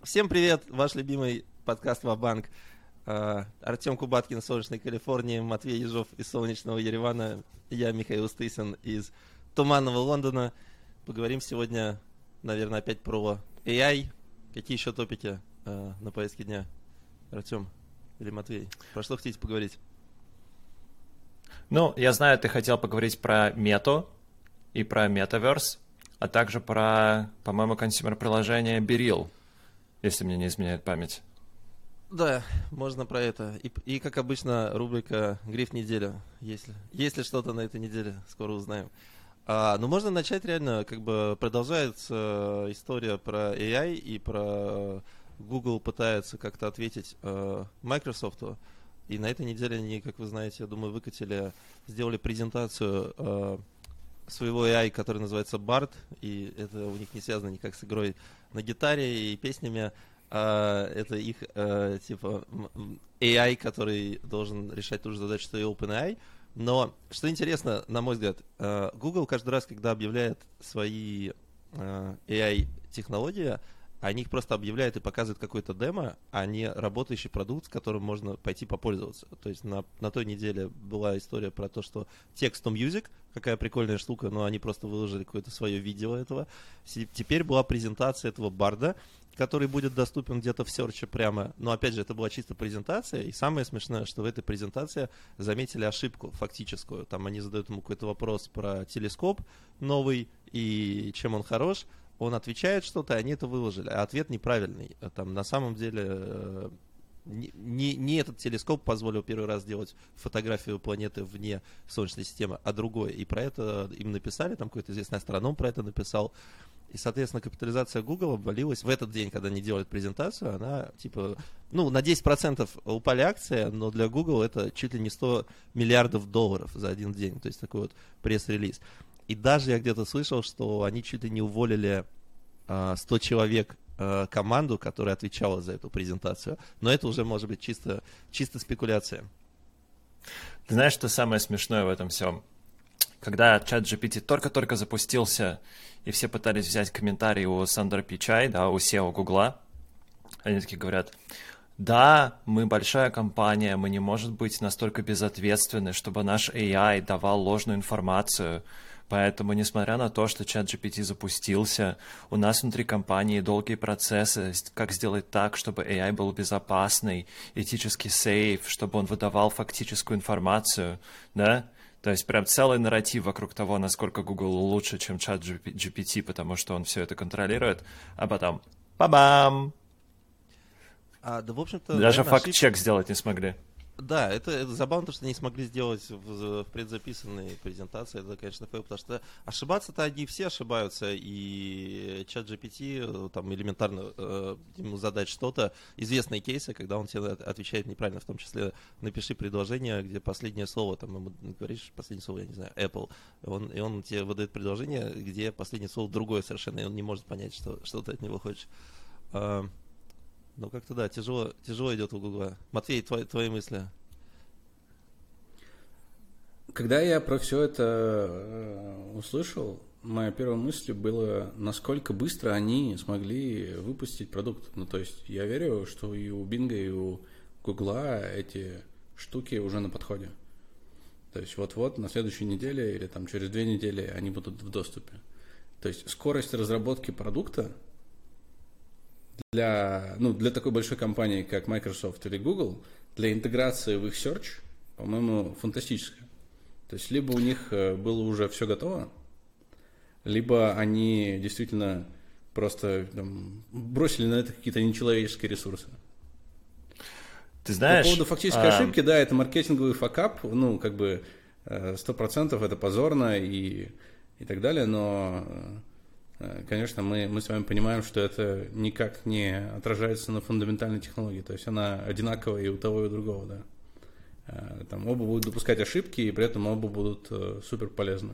Всем привет, ваш любимый подкаст «Ва-банк». Артем Кубаткин из солнечной Калифорнии, Матвей Ежов из солнечного Еревана, я Михаил Стысин из туманного Лондона. Поговорим сегодня, наверное, опять про AI. Какие еще топики на повестке дня? Артем или Матвей? Про что хотите поговорить? Ну, я знаю, ты хотел поговорить про мету и про Metaverse, а также про, по-моему, консюмер-приложение Берил, если мне не изменяет память. Да, можно про это. И как обычно, рубрика «Гриф недели». Если что-то на этой неделе, скоро узнаем. Ну, можно начать реально, как бы продолжается история про AI и про Google пытается как-то ответить Microsoft. И на этой неделе они, как вы знаете, я думаю, сделали презентацию своего AI, который называется Bard, и это у них не связано никак с игрой на гитаре и песнями. Это их типа AI, который должен решать ту же задачу, что и OpenAI. Но, что интересно, на мой взгляд, Google каждый раз, когда объявляет свои AI-технологии, они их просто объявляют и показывают какой-то демо, а не работающий продукт, с которым можно пойти попользоваться. То есть на той неделе была история про то, что Text-to-Music, какая прикольная штука, но они просто выложили какое-то свое видео этого. Теперь была презентация этого барда, который будет доступен где-то в серче прямо. Но опять же, это была чисто презентация, и самое смешное, что в этой презентации заметили ошибку фактическую. Там они задают ему какой-то вопрос про телескоп новый и чем он хорош. Он отвечает что-то, и они это выложили, а ответ неправильный. Там на самом деле не этот телескоп позволил первый раз сделать фотографию планеты вне Солнечной системы, а другой. И про это им написали, там какой-то известный астроном про это написал. И, соответственно, капитализация Google обвалилась в этот день, когда они делают презентацию. Она, типа, на 10% упали акции, но для Google это чуть ли не $100 миллиардов за один день. То есть такой вот пресс-релиз. И даже я где-то слышал, что они чуть ли не уволили 100 человек команду, которая отвечала за эту презентацию. Но это уже может быть чисто спекуляция. Ты знаешь, что самое смешное в этом всем? Когда ChatGPT только-только запустился, и все пытались взять комментарии у Сандер Пичай, да, у SEO Гугла, они такие говорят: да, мы большая компания, мы не можем быть настолько безответственны, чтобы наш AI давал ложную информацию. Поэтому, несмотря на то, что ChatGPT запустился, у нас внутри компании долгие процессы, как сделать так, чтобы AI был безопасный, этически сейф, чтобы он выдавал фактическую информацию, да? То есть прям целый нарратив вокруг того, насколько Google лучше, чем ChatGPT, потому что он все это контролирует, а потом па-бам! Да, в общем-то, даже факт-чек сделать не смогли. Да, это забавно, что они смогли сделать в предзаписанной презентации. Это, конечно, фейл, потому что ошибаться-то они все ошибаются, и ChatGPT там элементарно ему задать что-то. Известные кейсы, когда он тебе отвечает неправильно, в том числе напиши предложение, где последнее слово, там ему говоришь последнее слово, я не знаю, Apple, и он тебе выдает предложение, где последнее слово другое совершенно, и он не может понять, что ты от него хочешь. Ну, как-то да, тяжело идет у Гугла. Матвей, твои мысли? Когда я про все это услышал, моя первая мысль была, насколько быстро они смогли выпустить продукт. Ну, то есть я верю, что и у Бинга, и у Гугла эти штуки уже на подходе. То есть вот-вот на следующей неделе или там через 2 недели они будут в доступе. То есть скорость разработки продукта для такой большой компании, как Microsoft или Google, для интеграции в их search, по-моему, фантастическая. То есть либо у них было уже все готово, либо они действительно просто бросили на это какие-то нечеловеческие ресурсы. Ты знаешь... По поводу фактической ошибки, да, это маркетинговый факап, 100% это позорно и так далее, но... Конечно, мы с вами понимаем, что это никак не отражается на фундаментальной технологии. То есть она одинаковая и у того, и у другого, да. Там оба будут допускать ошибки, и при этом оба будут супер полезны.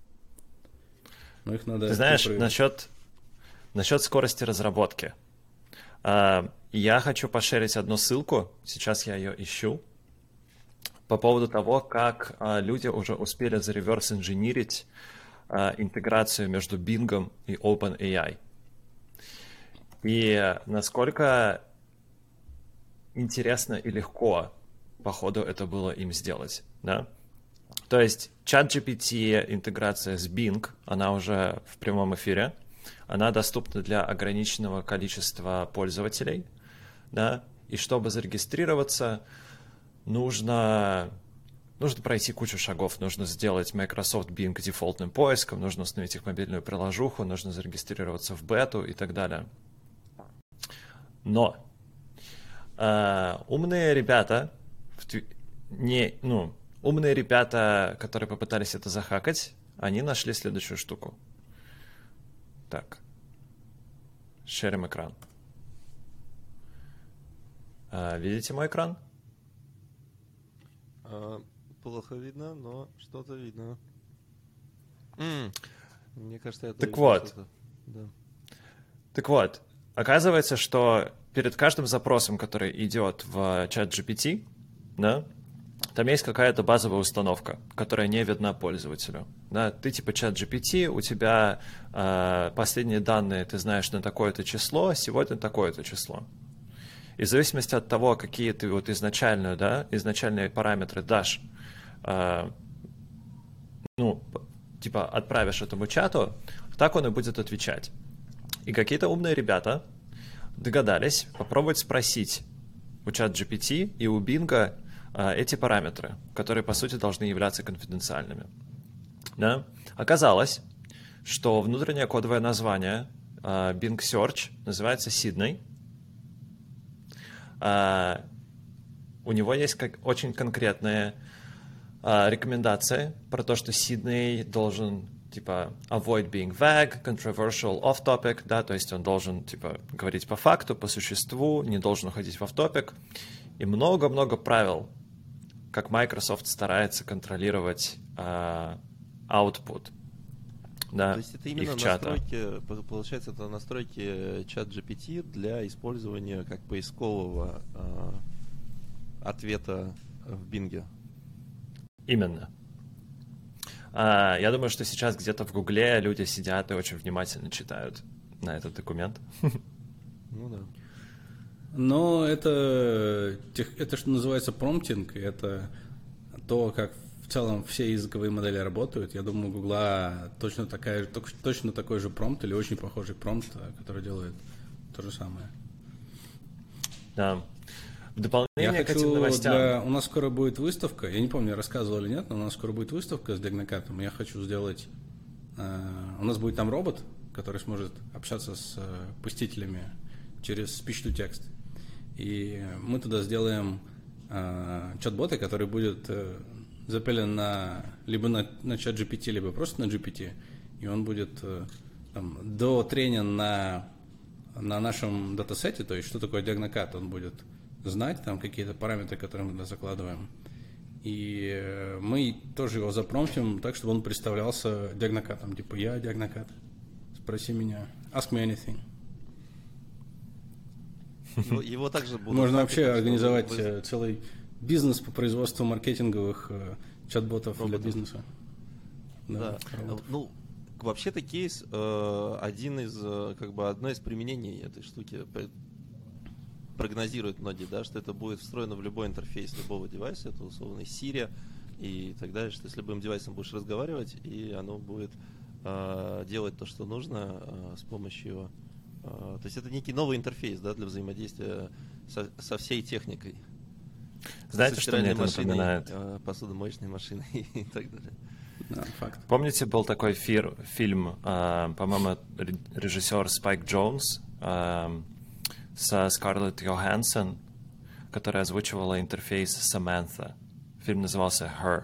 Но их надо... Ты знаешь, насчет скорости разработки. Я хочу пошерить одну ссылку, сейчас я ее ищу, по поводу того, как люди уже успели зареверс-инжинирить интеграцию между Bing и OpenAI. И насколько интересно и легко, походу, это было им сделать, да? То есть ChatGPT, интеграция с Bing, она уже в прямом эфире, она доступна для ограниченного количества пользователей, да, и чтобы зарегистрироваться, нужно пройти кучу шагов, нужно сделать Microsoft Bing дефолтным поиском, нужно установить их мобильную приложуху, нужно зарегистрироваться в бету и так далее. Но умные ребята, умные ребята, которые попытались это захакать, они нашли следующую штуку. Так. Шерим экран. Видите мой экран? Плохо видно, но что-то видно. Мне кажется, я... Так вот. Да. Так вот, оказывается, что перед каждым запросом, который идет в ChatGPT, да, там есть какая-то базовая установка, которая не видна пользователю. Да, ты типа ChatGPT, у тебя последние данные ты знаешь на такое-то число, сегодня такое-то число. И в зависимости от того, какие ты вот изначальные параметры дашь, отправишь этому чату, так он и будет отвечать. И какие-то умные ребята догадались попробовать спросить у ChatGPT и у Bing эти параметры, которые, по сути, должны являться конфиденциальными. Да? Оказалось, что внутреннее кодовое название Bing Search называется Sydney. У него есть очень конкретные рекомендации про то, что Sydney должен типа avoid being vague, controversial, off-topic, да, то есть он должен типа говорить по факту, по существу, не должен уходить в off-topic. И много-много правил, как Microsoft старается контролировать output, да, то есть это именно их чата. настройки, получается, это настройки ChatGPT для использования как поискового ответа в Bing. Именно. Я думаю, что сейчас где-то в Гугле люди сидят и очень внимательно читают на этот документ. Ну да. Но это что называется промптинг, это то, как в целом все языковые модели работают. Я думаю, у Гугла точно такой же промпт или очень похожий промпт, который делает то же самое. Да. В дополнение к этим новостям... У нас скоро будет выставка, я не помню, я рассказывал или нет, но у нас скоро будет выставка с Diagnocat. Я хочу сделать... у нас будет там робот, который сможет общаться с посетителями через speech-to-text. И мы туда сделаем чат-бота, который будет запилен либо на ChatGPT, либо просто на GPT. И он будет дотренен на нашем датасете, то есть что такое Diagnocat, он будет знать там какие-то параметры, которые мы туда закладываем. И мы тоже его запромптим так, чтобы он представлялся Diagnocat. Типа, я Diagnocat, спроси меня, ask me anything. Его также будут... Можно вообще организовать целый бизнес по производству маркетинговых чат-ботов для бизнеса. Да. Ну, вообще-то кейс одно из применений этой штуки прогнозируют многие, да, что это будет встроено в любой интерфейс любого девайса, это условно Siri и так далее, что с любым девайсом будешь разговаривать, и оно будет делать то, что нужно с помощью... то есть это некий новый интерфейс, да, для взаимодействия со всей техникой. Знаете, что мне это напоминает? Посудомоечной машиной и так далее. Да, факт. Помните, был такой фильм, по-моему, режиссер Спайк Джонс со Скарлетт Йоханссон, которая озвучивала интерфейс Саманта. Фильм назывался Her.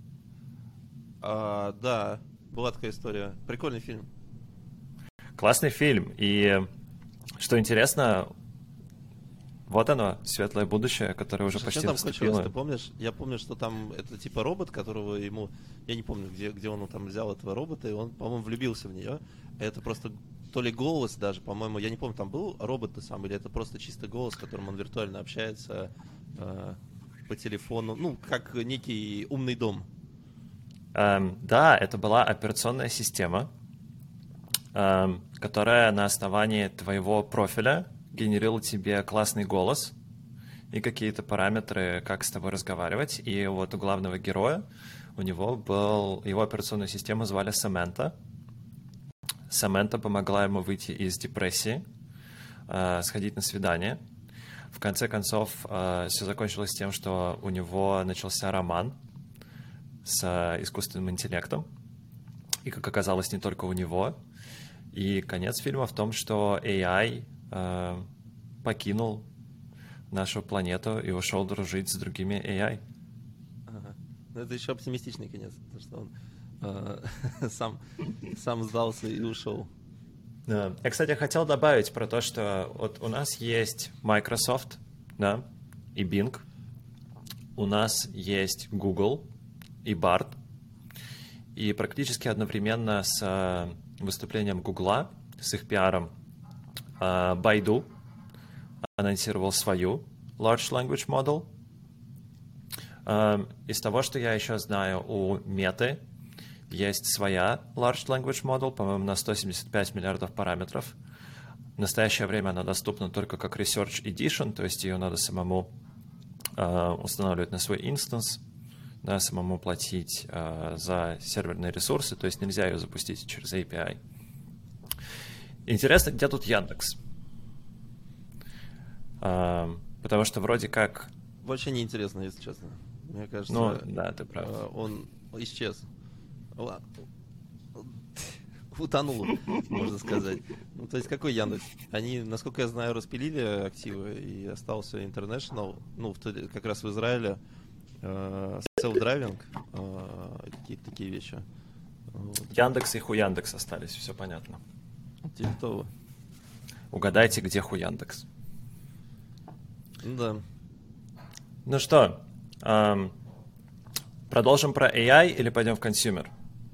Да, была такая история. Прикольный фильм. Классный фильм. И что интересно, вот оно, светлое будущее, которое уже почти наступило. Ты помнишь? Я помню, что там это типа робот, которого ему... Я не помню, где он там взял этого робота, и он, по-моему, влюбился в нее. Это просто то ли голос даже, по-моему, я не помню, там был робот сам, или это просто чисто голос, с которым он виртуально общается по телефону, ну, как некий умный дом. Да, это была операционная система, которая на основании твоего профиля генерила тебе классный голос и какие-то параметры, как с тобой разговаривать. И вот у главного героя, его операционную систему звали Саманта. Саманта помогла ему выйти из депрессии, сходить на свидание. В конце концов, все закончилось тем, что у него начался роман с искусственным интеллектом. И, как оказалось, не только у него. И конец фильма в том, что AI покинул нашу планету и ушел дружить с другими AI. Ага. Но это еще оптимистичный конец, потому что он сам сдался и ушел. Я, кстати, хотел добавить про то, что вот у нас есть Microsoft, да, и Bing, у нас есть Google и Bard, и практически одновременно с выступлением Гугла, с их пиаром, Baidu анонсировал свою Large Language Model. Из того, что я еще знаю, у Меты есть своя Large Language Model, по-моему, на 175 миллиардов параметров. В настоящее время она доступна только как Research Edition, то есть ее надо самому устанавливать на свой инстанс, да, самому платить за серверные ресурсы, то есть нельзя ее запустить через API. Интересно, где тут Яндекс? Потому что вроде как... Вообще неинтересно, если честно. Мне кажется, ну, да, ты прав. Он исчез. Утонул, можно сказать. Ну, то есть какой Яндекс? Они, насколько я знаю, распилили активы, и остался International, ну, как раз в Израиле, self-driving, какие-то такие вещи. Вот. Яндекс и Хуяндекс остались, все понятно. Типа того. Угадайте, где Хуяндекс. Да. Ну что, продолжим про AI или пойдем в consumer?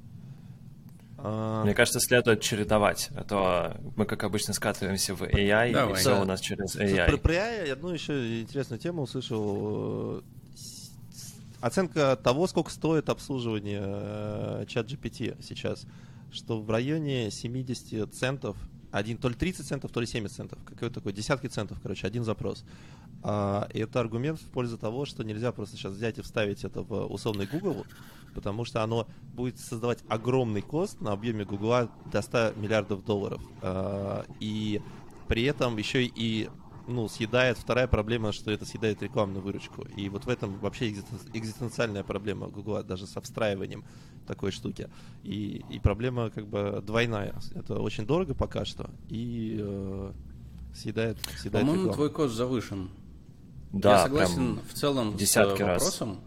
Мне кажется, следует чередовать, а то мы, как обычно, скатываемся в AI, давай, и все да. У нас через AI. Про AI я одну еще интересную тему услышал. Оценка того, сколько стоит обслуживание ChatGPT сейчас, что в районе 70 центов, то ли 30 центов, то ли 70 центов, какой-то такой, десятки центов, короче, один запрос. И это аргумент в пользу того, что нельзя просто сейчас взять и вставить это в условный Google, потому что оно будет создавать огромный кост на объеме Гугла до 100 миллиардов долларов. И при этом еще и съедает, вторая проблема, что это съедает рекламную выручку. И вот в этом вообще экзистенциальная проблема Гугла, даже с обстраиванием такой штуки. И проблема как бы двойная. Это очень дорого пока что и съедает По-моему, рекламу. Твой кост завышен. Да, я согласен в целом с вопросом.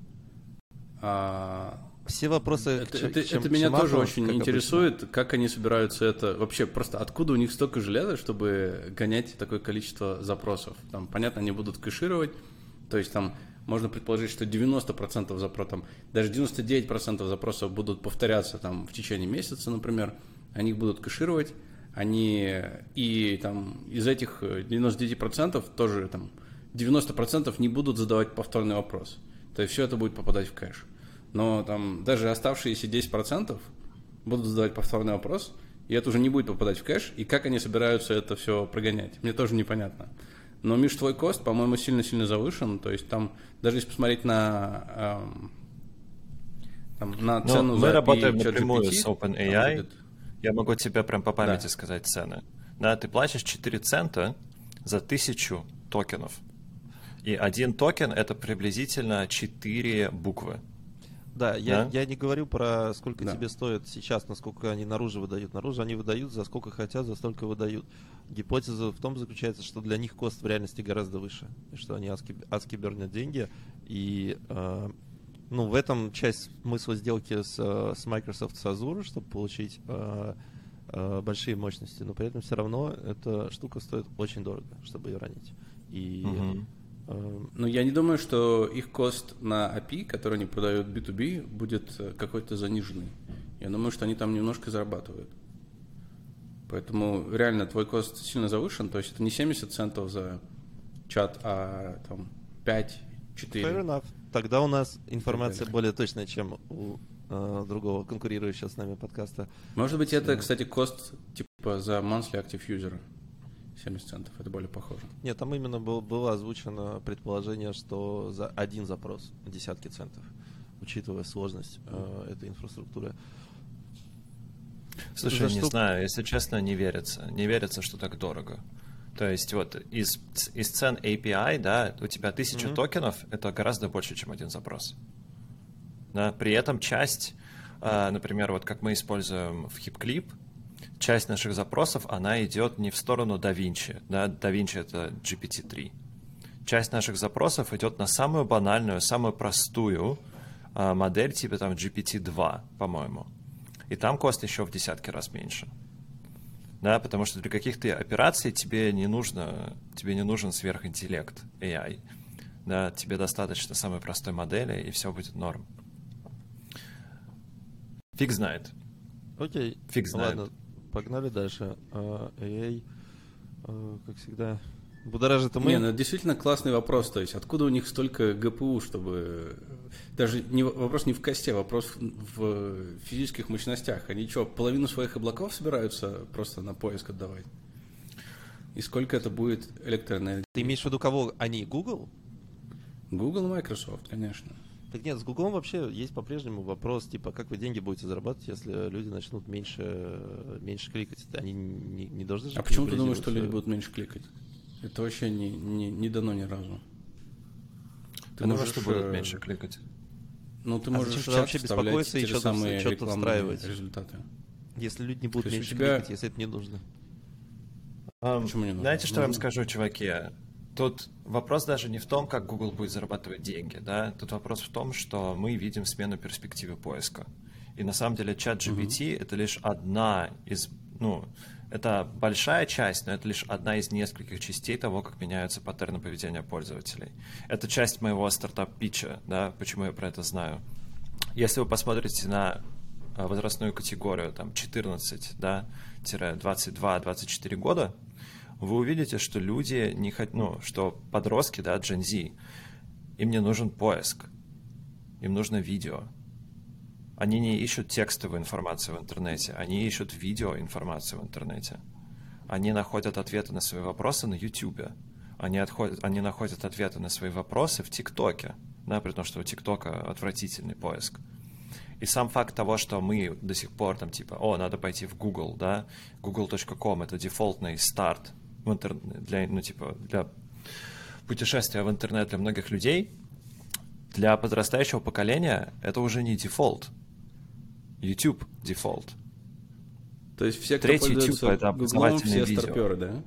Все вопросы... Это меня тоже очень интересует, обычно. Как они собираются это... Вообще, просто откуда у них столько железа, чтобы гонять такое количество запросов? Там, понятно, они будут кэшировать, то есть там можно предположить, что 90% запросов, даже 99% запросов будут повторяться там в течение месяца, например, они их будут кэшировать, и там из этих 99% тоже там 90% не будут задавать повторный вопрос. То есть все это будет попадать в кэш. Но там даже оставшиеся 10% будут задавать повторный вопрос, и это уже не будет попадать в кэш. И как они собираются это все прогонять, мне тоже непонятно. Но, Миш, твой кост, по-моему, сильно-сильно завышен. То есть там, даже если посмотреть на цену за API, мы работаем напрямую GPT, с OpenAI. Я могу тебе прям по памяти сказать цены. Да, ты платишь 4 цента за 1000 токенов. И один токен — это приблизительно 4 буквы. Да, я не говорю про сколько тебе стоит сейчас, насколько они наружу выдают. Наружу они выдают за сколько хотят, за столько выдают. Гипотеза в том заключается, что для них кост в реальности гораздо выше. И что они адски бернят деньги. И в этом часть смысла сделки с Microsoft, с Azure, чтобы получить большие мощности. Но при этом все равно эта штука стоит очень дорого, чтобы ее ранить. И... Но я не думаю, что их кост на API, который они продают B2B, будет какой-то заниженный. Я думаю, что они там немножко зарабатывают. Поэтому реально твой кост сильно завышен. То есть это не 70 центов за чат, а там 5-4. Fair enough. Тогда у нас информация более точная, чем у другого конкурирующего с нами подкаста. Может быть, это, кстати, кост типа за monthly active user. 70 центов, это более похоже. Нет, там именно было озвучено предположение, что за один запрос десятки центов, учитывая сложность этой инфраструктуры. Слушай, не знаю, если честно, не верится. Не верится, что так дорого. То есть вот из цен API, да, у тебя 1000 токенов, это гораздо больше, чем один запрос. Да, при этом часть, например, вот как мы используем в HipClip, часть наших запросов, она идет не в сторону DaVinci, да, DaVinci это GPT-3. Часть наших запросов идет на самую банальную, самую простую модель, типа там GPT-2, по-моему. И там кост еще в десятки раз меньше. Да, потому что для каких-то операций тебе не нужен сверхинтеллект AI. Да, тебе достаточно самой простой модели, и все будет норм. Фиг знает. Окей. Фиг знает. Ладно, погнали дальше. AI, как всегда, будоражит умы. Не, ну это действительно классный вопрос. То есть откуда у них столько ГПУ, чтобы... Даже вопрос не в косте, вопрос в физических мощностях. Они что, половину своих облаков собираются просто на поиск отдавать? И сколько это будет электроэнергии? Ты имеешь в виду кого? Они, Google? Google, Microsoft, конечно. Так нет, с Гуглом вообще есть по-прежнему вопрос, типа, как вы деньги будете зарабатывать, если люди начнут меньше кликать? Они не должны же... А почему ты думаешь, что люди будут меньше кликать? Это вообще не дано ни разу. Ты думаешь, что будут меньше кликать? Ну, ты можешь зачем вообще беспокоиться и что-то встраивать? Результаты. Если люди не будут меньше кликать, если это не нужно. Почему не нужно? Знаете, что я вам скажу, чуваки? Тут вопрос даже не в том, как Google будет зарабатывать деньги, да? Тут вопрос в том, что мы видим смену перспективы поиска. И на самом деле ChatGPT это лишь одна из, это большая часть, но это лишь одна из нескольких частей того, как меняются паттерны поведения пользователей. Это часть моего стартап-питча, да, почему я про это знаю. Если вы посмотрите на возрастную категорию, там, 14, да, 22-24 года, вы увидите, что люди не хотят, что подростки, да, Gen Z, им не нужен поиск, им нужно видео. Они не ищут текстовую информацию в интернете, они ищут видеоинформацию в интернете. Они находят ответы на свои вопросы на YouTube. Они находят ответы на свои вопросы в ТикТоке, да, при том, что у ТикТока отвратительный поиск. И сам факт того, что мы до сих пор там типа, надо пойти в Google, да, google.com это дефолтный старт в для путешествия в интернет для многих людей, для подрастающего поколения это уже не дефолт. YouTube дефолт. То есть все, кто пользуется Гуглом, все старперы, да?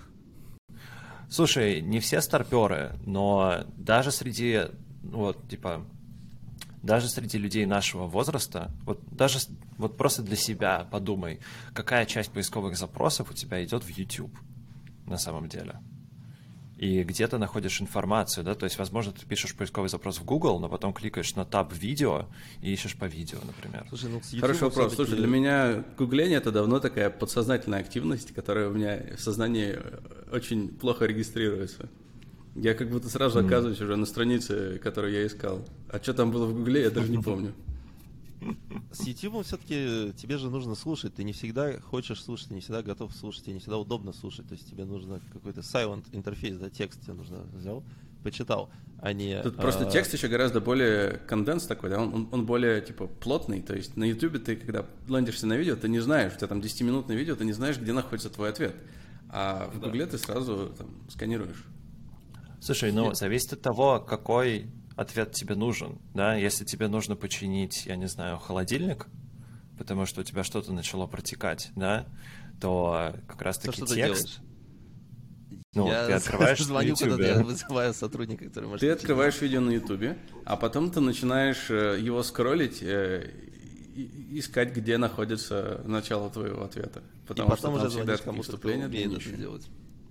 Слушай, не все старперы, но даже среди, даже среди людей нашего возраста, вот просто для себя подумай, какая часть поисковых запросов у тебя идет в YouTube на самом деле. И где ты находишь информацию, да, то есть, возможно, ты пишешь поисковый запрос в Google, но потом кликаешь на таб «Видео» и ищешь по видео, например. Слушай, хороший вопрос. Слушай, для меня гугление — это давно такая подсознательная активность, которая у меня в сознании очень плохо регистрируется. Я как будто сразу оказываюсь уже на странице, которую я искал. А что там было в Гугле, я даже не помню. С YouTube все-таки тебе же нужно слушать. Ты не всегда хочешь слушать, ты не всегда готов слушать, тебе не всегда удобно слушать. То есть тебе нужно какой-то silent интерфейс, да, текст тебе нужно взял, почитал, а не... Тут просто текст еще гораздо более конденс такой, да, он более, типа, плотный. То есть на YouTube ты, когда лендишься на видео, ты не знаешь, у тебя там 10-минутное видео, ты не знаешь, где находится твой ответ. А в Гугле ты сразу там сканируешь. Слушай, зависит от того, какой ответ тебе нужен, да, если тебе нужно починить, я не знаю, холодильник, потому что у тебя что-то начало протекать, да, то как раз-таки текст... Ты открываешь звоню куда-то, я вызываю сотрудника, который может... Ты открываешь видео на YouTube, а потом ты начинаешь его скроллить, искать, где находится начало твоего ответа. Потому что там всегда кому-то вступление делать.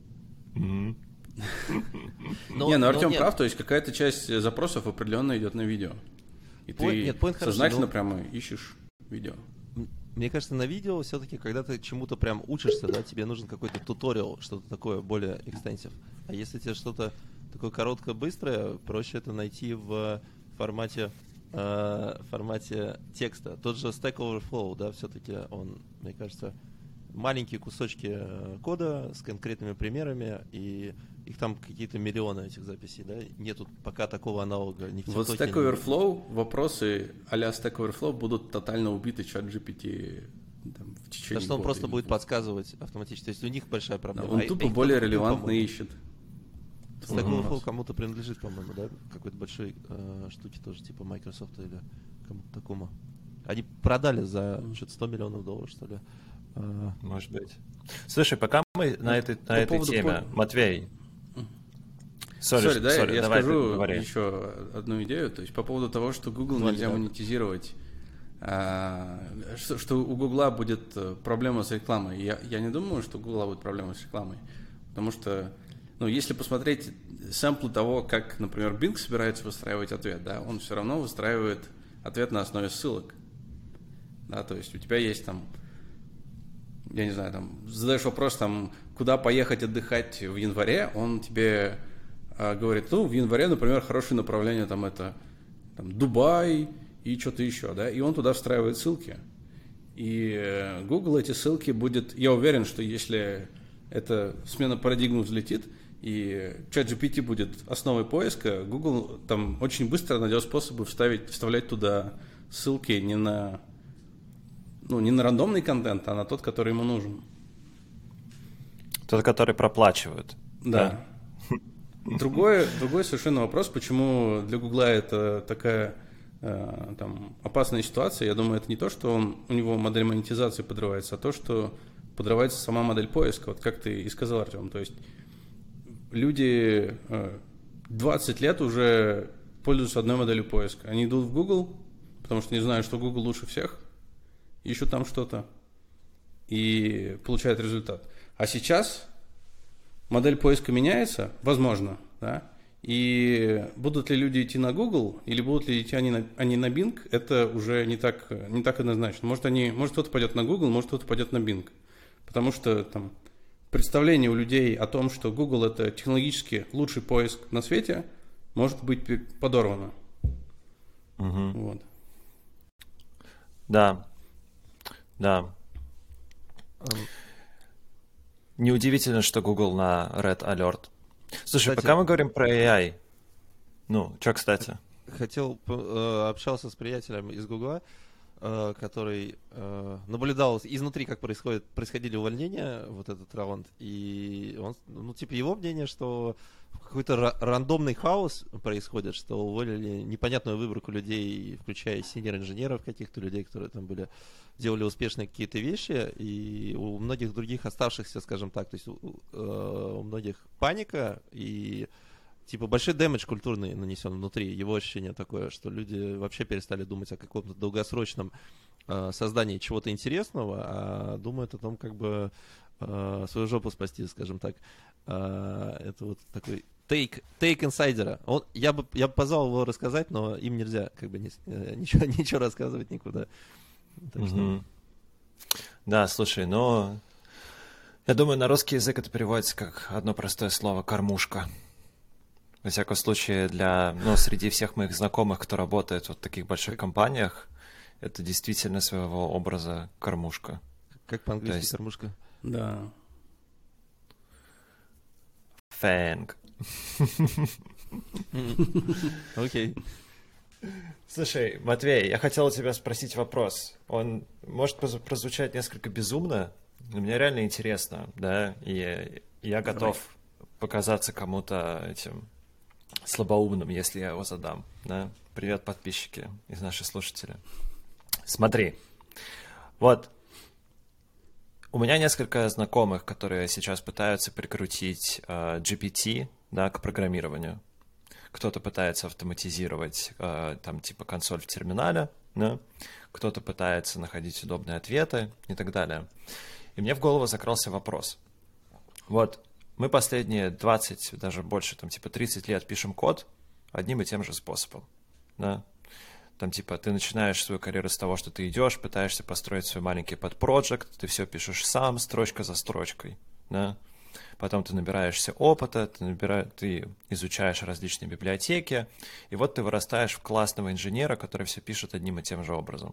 Артем прав, то есть какая-то часть запросов определенно идет на видео. И ты сознательно прямо ищешь видео. Мне кажется, на видео все-таки, когда ты чему-то прям учишься, да, тебе нужен какой-то туториал, что-то такое более экстенсив. А если тебе что-то такое короткое, быстрое, проще это найти в формате в формате текста. Тот же Stack Overflow, да, все-таки он, мне кажется, маленькие кусочки кода с конкретными примерами, и их там какие-то миллионы этих записей, да? Нету пока такого аналога. Ни в Вот TikTok, Stack Overflow, вопросы а-ля Stack Overflow будут тотально убиты ChatGPT там, в течение потому что он года просто или будет два. подсказывать автоматически. То есть у них большая Да, проблема. он А тупо их более кто-то купил, релевантно по-моему. ищет. Stack Overflow кому-то принадлежит, по-моему, да? Какой-то большой штуки тоже, типа Microsoft или кому-то такому. Они продали за что-то $100 миллионов, что ли. Может быть. Слушай, пока мы на этой поводу теме, Матвей. Сори, да, я давай ты скажу говори. еще одну идею. То есть по поводу того, что Google Давай, нельзя да. монетизировать, что у Google будет проблема с рекламой. Я не думаю, что у Google будет проблема с рекламой. Потому что, если посмотреть сэмплы того, как, например, Bing собирается выстраивать ответ, да, он все равно выстраивает ответ на основе ссылок. Да, то есть у тебя есть там, я не знаю, там, задаешь вопрос, там, куда поехать отдыхать в январе, он тебе говорит, в январе, например, хорошее направление, там, это там, Дубай и что-то еще, да, и он туда встраивает ссылки. И Google эти ссылки будет, я уверен, что если эта смена парадигмы взлетит, и ChatGPT будет основой поиска, Google там очень быстро найдет способы вставлять туда ссылки не на рандомный контент, а на тот, который ему нужен. Тот, который проплачивают. Да. Другой совершенно вопрос, почему для Гугла это такая опасная ситуация. Я думаю, это не то, что у него модель монетизации подрывается, а то, что подрывается сама модель поиска. Вот как ты и сказал, Артем. То есть люди 20 лет уже пользуются одной моделью поиска. Они идут в Google, потому что не знают, что Google лучше всех, ищут там что-то и получают результат. А сейчас модель поиска меняется, возможно, да, и будут ли люди идти на Google или будут ли идти они на Bing, это уже не так однозначно. Может кто-то пойдет на Google, может кто-то пойдет на Bing, потому что там представление у людей о том, что Google это технологически лучший поиск на свете, может быть подорвано. Угу. Вот. Да. Неудивительно, что Google на Red Alert. Слушай, Кстати, пока мы говорим про AI, что, кстати? Общался с приятелем из Гугла, который наблюдал изнутри, как происходили увольнения, вот этот раунд, и он, его мнение, что какой-то рандомный хаос происходит, что уволили непонятную выборку людей, включая синьор-инженеров каких-то людей, которые там делали успешные какие-то вещи, и у многих других оставшихся, скажем так, то есть у многих паника, и типа большой дэмэдж культурный нанесен внутри. Его ощущение такое, что люди вообще перестали думать о каком-то долгосрочном создании чего-то интересного, а думают о том, как бы свою жопу спасти, скажем так. Это вот такой take инсайдера. Я бы позвал его рассказать, но им нельзя как бы ничего рассказывать никуда. Так что... Да, слушай, я думаю, на русский язык это переводится как одно простое слово «кормушка». Во всяком случае, среди всех моих знакомых, кто работает в таких больших компаниях, это действительно своего образа кормушка. Как по-английски кормушка? Да. Фэнг. Окей. Слушай, Матвей, я хотел у тебя спросить вопрос. Он может прозвучать несколько безумно, но мне реально интересно, да, и я готов показаться кому-то этим слабоумным, если я его задам, да. Привет, подписчики и наши слушатели. Смотри, вот у меня несколько знакомых, которые сейчас пытаются прикрутить GPT, да, к программированию. Кто-то пытается автоматизировать консоль в терминале, да? Кто-то пытается находить удобные ответы и так далее. И мне в голову закрался вопрос. Вот мы последние 20, даже больше, 30 лет пишем код одним и тем же способом, да? Ты начинаешь свою карьеру с того, что ты идешь, пытаешься построить свой маленький подпроджект, ты все пишешь сам, строчка за строчкой, да? потом ты набираешься опыта, ты изучаешь различные библиотеки, и вот ты вырастаешь в классного инженера, который все пишет одним и тем же образом.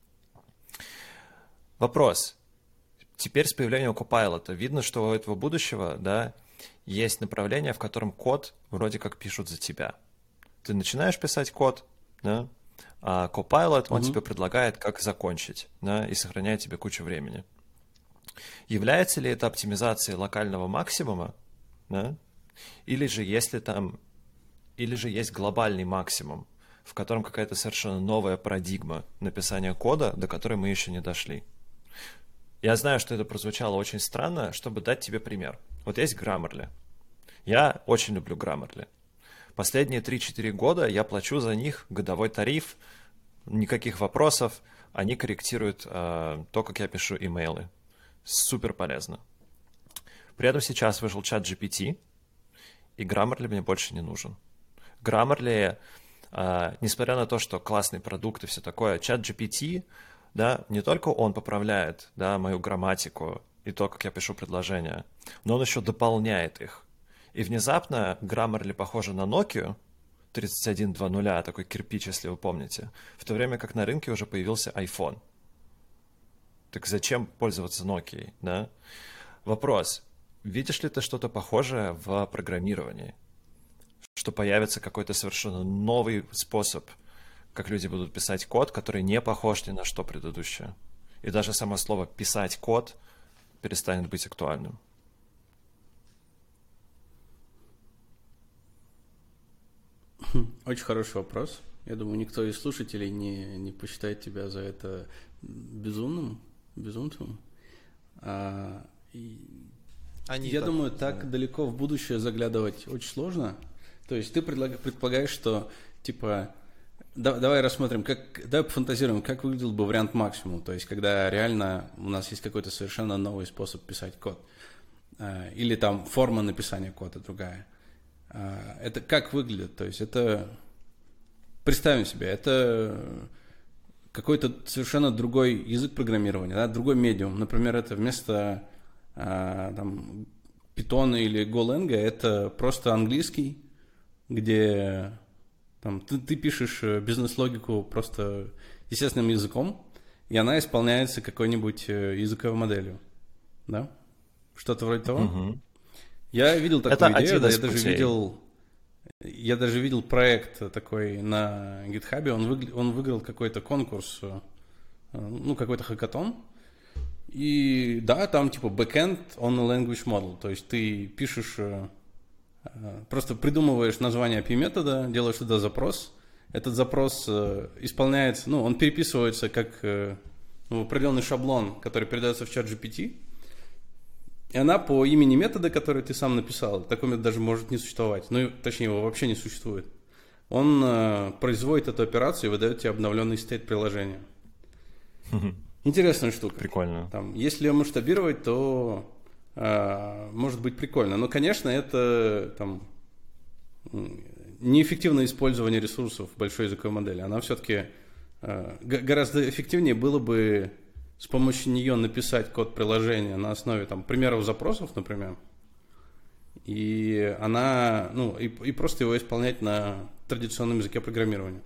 Вопрос. Теперь с появлением Copilot видно, что у этого будущего, да, есть направление, в котором код вроде как пишут за тебя. Ты начинаешь писать код, да, а Copilot, он тебе предлагает, как закончить, да, и сохраняет тебе кучу времени. Является ли это оптимизацией локального максимума, да, или же есть глобальный максимум, в котором какая-то совершенно новая парадигма написания кода, до которой мы еще не дошли? Я знаю, что это прозвучало очень странно, чтобы дать тебе пример. Вот есть Grammarly. Я очень люблю Grammarly. Последние 3-4 года я плачу за них годовой тариф, никаких вопросов, они корректируют то, как я пишу имейлы. Супер полезно. При этом сейчас вышел ChatGPT, и Grammarly мне больше не нужен. Grammarly, несмотря на то, что классный продукт и все такое, ChatGPT, да, не только он поправляет, да, мою грамматику и то, как я пишу предложения, но он еще дополняет их. И внезапно Grammarly похожа на Nokia 3120, такой кирпич, если вы помните, в то время как на рынке уже появился iPhone. Так зачем пользоваться Nokia, да? Вопрос. Видишь ли ты что-то похожее в программировании? Что появится какой-то совершенно новый способ, как люди будут писать код, который не похож ни на что предыдущее. И даже само слово «писать код» перестанет быть актуальным. Очень хороший вопрос. Я думаю, никто из слушателей не посчитает тебя за это безумцем. Я думаю, так далеко в будущее заглядывать очень сложно. То есть ты предполагаешь, что типа давай рассмотрим, давай пофантазируем, как выглядел бы вариант максимум. То есть когда реально у нас есть какой-то совершенно новый способ писать код. Или там форма написания кода другая. Это как выглядит? То есть это, представим себе, это какой-то совершенно другой язык программирования, да, другой медиум. Например, это вместо там, Python или Golang это просто английский, где там, ты пишешь бизнес-логику просто естественным языком, и она исполняется какой-нибудь языковой моделью. Да? Что-то вроде того? Угу. Я видел такую идею, да, я даже видел проект такой на GitHub, он выиграл какой-то конкурс, ну, какой-то хакатон, и да, там типа backend on a language model, то есть ты пишешь, просто придумываешь название API-метода, делаешь туда запрос, этот запрос исполняется, ну, он переписывается как определенный шаблон, который передается в ChatGPT, и она по имени метода, который ты сам написал, такой метод даже может не существовать, ну, точнее, его вообще не существует. Он производит эту операцию и выдает тебе обновленный стейт приложения. Интересная штука. Прикольно. Там, если ее масштабировать, то может быть прикольно. Но, конечно, это там, неэффективное использование ресурсов большой языковой модели. Она все-таки гораздо эффективнее было бы с помощью нее написать код приложения на основе там, примеров запросов, например, и она, ну, и просто его исполнять на традиционном языке программирования.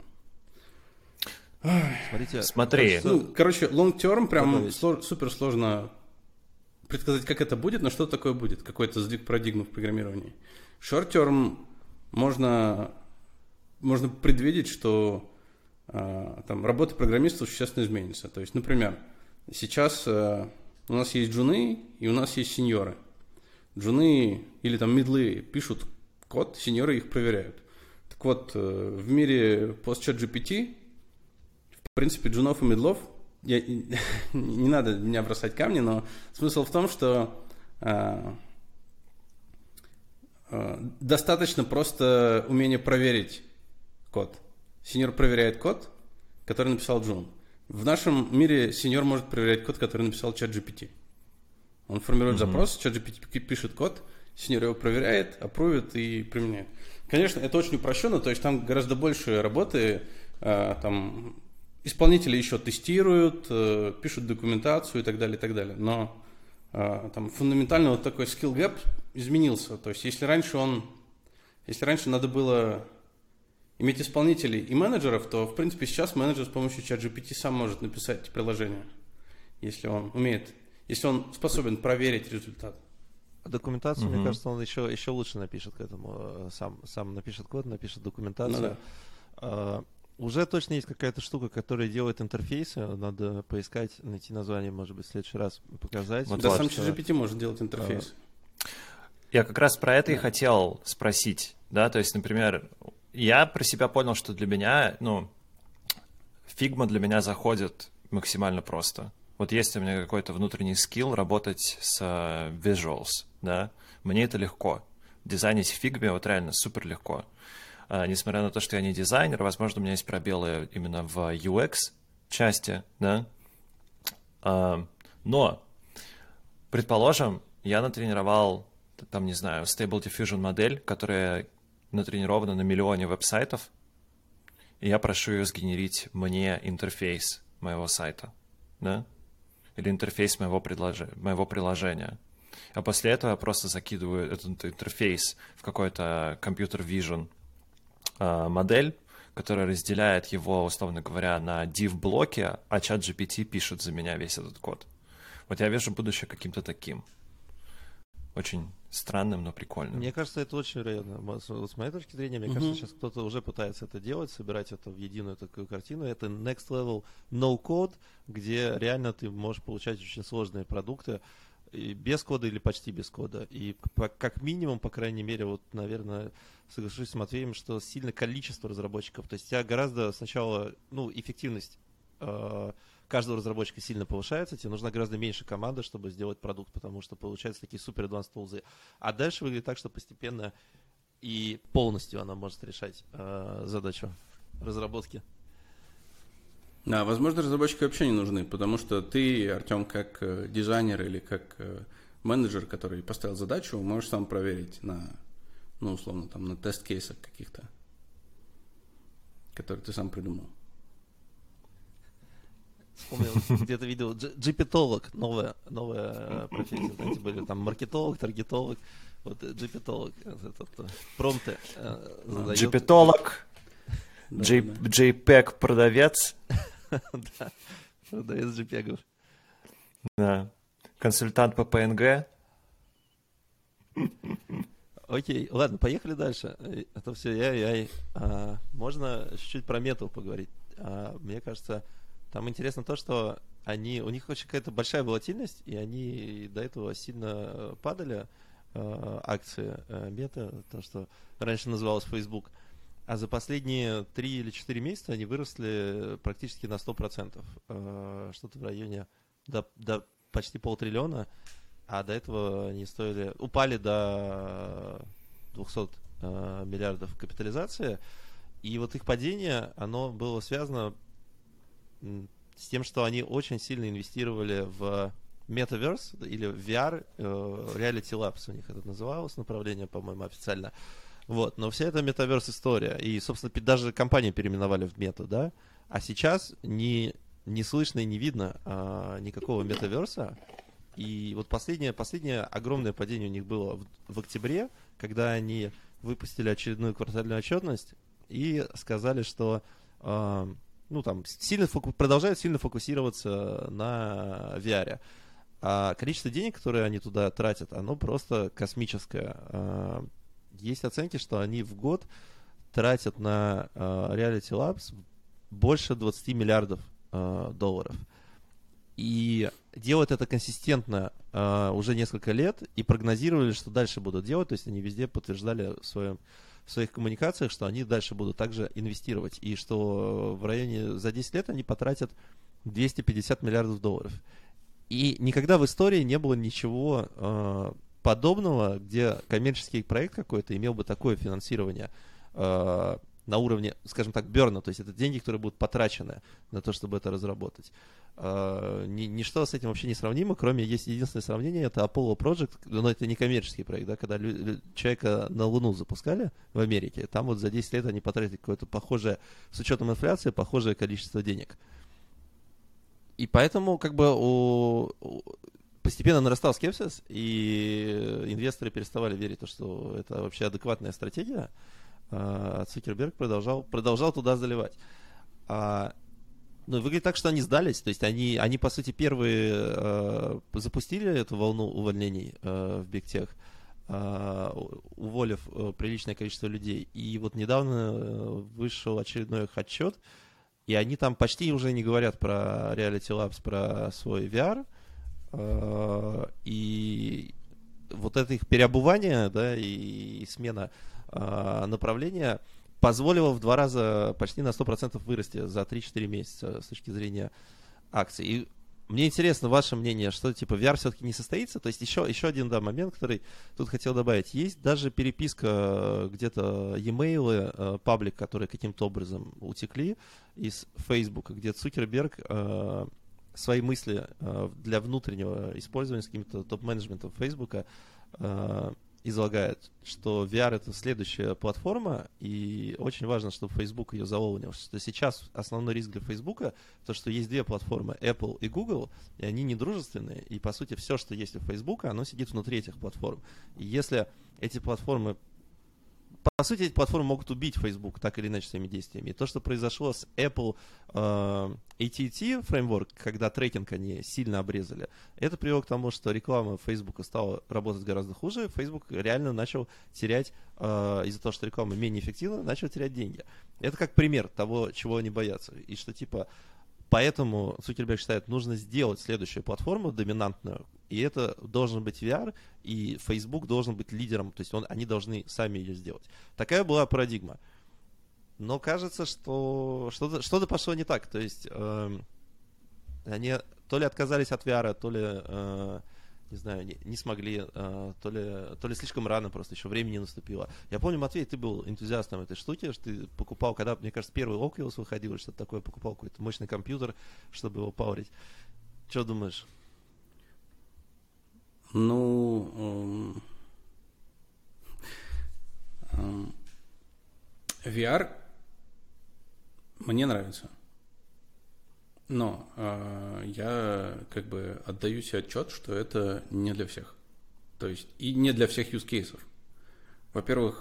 Смотри. Ну, короче, long term прям супер сложно предсказать, как это будет, но что такое будет, какой-то сдвиг парадигмы в программировании. Short term можно предвидеть, что там работа программистов существенно изменится. То есть, например, сейчас у нас есть джуны и у нас есть сеньоры. Джуны или там мидлы пишут код, сеньоры их проверяют. Так вот, в мире пост-ChatGPT, в принципе, джунов и мидлов, не надо меня бросать камни, но смысл в том, что достаточно просто умения проверить код. Сеньор проверяет код, который написал джун. В нашем мире сеньор может проверять код, который написал ChatGPT. Он формирует запрос, ChatGPT пишет код, сеньор его проверяет, аппрувит и применяет. Конечно, это очень упрощенно, то есть там гораздо больше работы, там исполнители еще тестируют, пишут документацию и так далее, и так далее. Но там фундаментально вот такой skill gap изменился. То есть если раньше надо было иметь исполнителей и менеджеров, то, в принципе, сейчас менеджер с помощью ChatGPT сам может написать приложение, если он способен проверить результат. Документацию, мне кажется, он еще лучше напишет к этому. Сам напишет код, напишет документацию. Уже точно есть какая-то штука, которая делает интерфейсы. Надо поискать, найти название, может быть, в следующий раз показать. Вот да, сам ChatGPT может делать интерфейс. Я как раз про это и хотел спросить. Да, то есть, например, я про себя понял, что для меня, Figma для меня заходит максимально просто. Вот есть у меня какой-то внутренний скилл работать с visuals, да, мне это легко. Дизайнить в Figma вот реально супер легко. Несмотря на то, что я не дизайнер, возможно, у меня есть пробелы именно в UX части, да. Но, предположим, я натренировал, там, не знаю, Stable Diffusion модель, которая натренирована на миллионе веб-сайтов, и я прошу ее сгенерить мне интерфейс моего сайта, да, или интерфейс моего приложения. А после этого я просто закидываю этот интерфейс в какой-то Computer Vision модель, которая разделяет его, условно говоря, на div-блоки, а ChatGPT пишет за меня весь этот код. Вот я вижу будущее каким-то таким. Очень странным, но прикольным. Мне кажется, это очень вероятно. С моей точки зрения, мне кажется, сейчас кто-то уже пытается это делать, собирать это в единую такую картину. Это next level no-code, где реально ты можешь получать очень сложные продукты и без кода или почти без кода. И как минимум, по крайней мере, вот, наверное, соглашусь с Матвеем, что сильно количество разработчиков. То есть у тебя гораздо сначала, эффективность каждого разработчика сильно повышается, тебе нужна гораздо меньше команды, чтобы сделать продукт, потому что получаются такие супер advanced тулзы. А дальше выглядит так, что постепенно и полностью она может решать задачу разработки. Да, возможно, разработчики вообще не нужны, потому что ты, Артем, как дизайнер или как менеджер, который поставил задачу, можешь сам проверить на, условно, там, на тест-кейсах каких-то, которые ты сам придумал. Вспомнил, где-то видел джипетолог, новая профессия, знаете, были там маркетолог, таргетолог, вот джипетолог, промпты задает. Джипетолог, JPEG продавец. Да, продавец JPEG. Да, консультант по PNG. Окей, ладно, поехали дальше. Это все можно чуть-чуть про мету поговорить. Мне кажется, там интересно то, что у них очень какая-то большая волатильность, и они до этого сильно падали, акции мета, то, что раньше называлось Facebook. А за последние 3 или 4 месяца они выросли практически на 100%. Что-то в районе до почти 500 billion, а до этого они упали до 200 миллиардов капитализации. И вот их падение, оно было связано с тем, что они очень сильно инвестировали в Metaverse или в VR, Reality Labs у них это называлось, направление, по-моему, официально. Вот, но вся эта Metaverse история, и, собственно, даже компанию переименовали в Мета, да, а сейчас не слышно и не видно никакого Metaverse. И вот последнее огромное падение у них было в октябре, когда они выпустили очередную квартальную отчетность и сказали, что продолжают сильно фокусироваться на VR. А количество денег, которые они туда тратят, оно просто космическое. Есть оценки, что они в год тратят на Reality Labs больше 20 миллиардов долларов. И делают это консистентно уже несколько лет и прогнозировали, что дальше будут делать. То есть они везде подтверждали в своих коммуникациях, что они дальше будут также инвестировать. И что в районе за 10 лет они потратят 250 миллиардов долларов. И никогда в истории не было ничего подобного, где коммерческий проект какой-то имел бы такое финансирование на уровне, скажем так, берна, то есть это деньги, которые будут потрачены на то, чтобы это разработать. Ничто с этим вообще не сравнимо, кроме есть единственное сравнение, это Apollo Project, но это не коммерческий проект, да, когда человека на Луну запускали в Америке, там вот за 10 лет они потратили какое-то похожее, с учетом инфляции, похожее количество денег. И поэтому как бы постепенно нарастал скепсис, и инвесторы переставали верить, что это вообще адекватная стратегия, а Цукерберг продолжал туда заливать. Ну, выглядит так, что они сдались, то есть они по сути, первые запустили эту волну увольнений в Big Tech, уволив приличное количество людей. И вот недавно вышел очередной их отчет, и они там почти уже не говорят про Reality Labs, про свой VR. И вот это их переобувание, да, и смена направления позволило в 2 раза почти на 100% вырасти за 3-4 месяца с точки зрения акций. И мне интересно ваше мнение, что типа VR все-таки не состоится. То есть еще один момент, который тут хотел добавить. Есть даже переписка где-то e-mail, паблик, которые каким-то образом утекли из Facebook, где Цукерберг свои мысли для внутреннего использования с каким-то топ-менеджментом Фейсбука излагает, что VR — это следующая платформа, и очень важно, чтобы Facebook ее заолнил. Что сейчас основной риск для Facebook — то, что есть 2 платформы, Apple и Google, и они недружественные, и, по сути, все, что есть у Facebook, оно сидит внутри этих платформ. И если эти платформы... По сути, эти платформы могут убить Facebook так или иначе своими действиями. И то, что произошло с Apple AT&T фреймворк, когда трекинг они сильно обрезали, это привело к тому, что реклама Facebook стала работать гораздо хуже. Facebook реально начал терять, из-за того, что реклама менее эффективна, начал терять деньги. Это как пример того, чего они боятся. И что типа... Поэтому Цукерберг считает, нужно сделать следующую платформу доминантную, и это должен быть VR, и Facebook должен быть лидером, то есть они должны сами ее сделать. Такая была парадигма. Но кажется, что что-то пошло не так. То есть они то ли отказались от VR, то ли, не знаю, не смогли, то ли слишком рано просто, еще времени не наступило. Я помню, Матвей, ты был энтузиастом этой штуки, что ты покупал, когда, мне кажется, первый Oculus выходил, или что-то такое, покупал какой-то мощный компьютер, чтобы его пауэрить. Что думаешь? Ну, VR мне нравится. Но я как бы отдаю себе отчет, что это не для всех. То есть и не для всех use cases. Во-первых,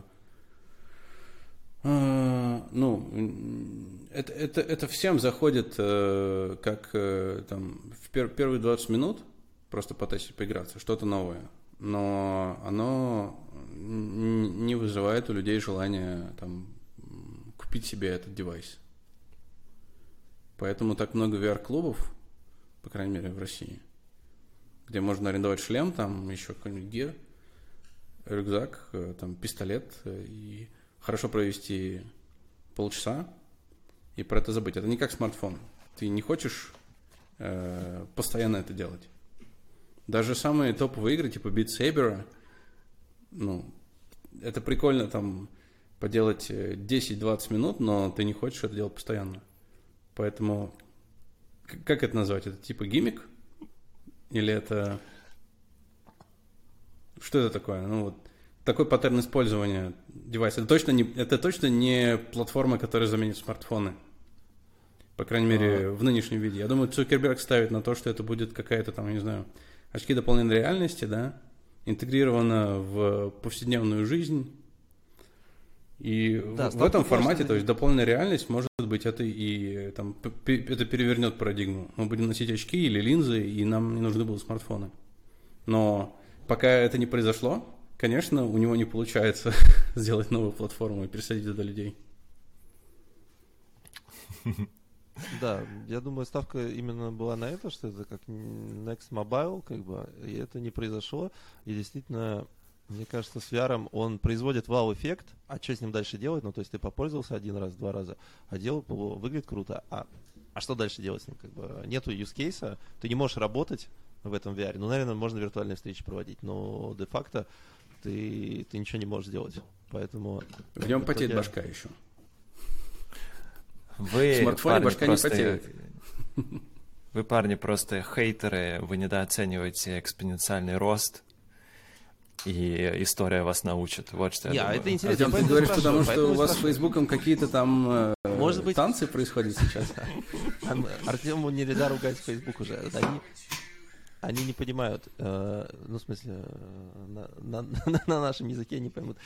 это всем заходит как там в первые 20 минут просто потестить, поиграться, что-то новое. Но оно не вызывает у людей желания там купить себе этот девайс. Поэтому так много VR-клубов, по крайней мере, в России, где можно арендовать шлем, там еще какой-нибудь гир, рюкзак, там пистолет, и хорошо провести полчаса и про это забыть. Это не как смартфон. Ты не хочешь постоянно это делать. Даже самые топовые игры, типа Beat Saber, ну, это прикольно там поделать 10-20 минут, но ты не хочешь это делать постоянно. Поэтому, как это назвать? Это типа гиммик? Или это... Что это такое? Ну, вот такой паттерн использования девайса. Это точно не платформа, которая заменит смартфоны. По крайней мере, в нынешнем виде. Я думаю, Цукерберг ставит на то, что это будет какая-то там, не знаю, очки дополненной реальности, да, интегрирована в повседневную жизнь. И да, в этом формате, то есть дополненная реальность, может быть, это и там, это перевернет парадигму. Мы будем носить очки или линзы, и нам не нужны будут смартфоны. Но пока это не произошло, конечно, у него не получается сделать новую платформу и пересадить туда людей. Да, я думаю, ставка именно была на это, что это как Next Mobile, как бы, и это не произошло. И действительно, мне кажется, с VR он производит вау-эффект, а что с ним дальше делать? Ну, то есть ты попользовался 1 раз, 2 раза, а дело выглядит круто. А что дальше делать с ним? Как бы нету use case, ты не можешь работать в этом VR. Ну, наверное, можно виртуальные встречи проводить, но де-факто ты ничего не можешь сделать. Поэтому... В нем потеет башка еще. Вы, в смартфоне башка не потеет. Вы, парни, просто хейтеры, вы недооцениваете экспоненциальный рост, и история вас научит. Вот что я думаю. Это интересно. Ты говоришь, потому что у вас с Фейсбуком какие-то там танцы происходят сейчас? Артему нельзя ругать Facebook уже. они не понимают, ну, в смысле, на нашем языке не поймут.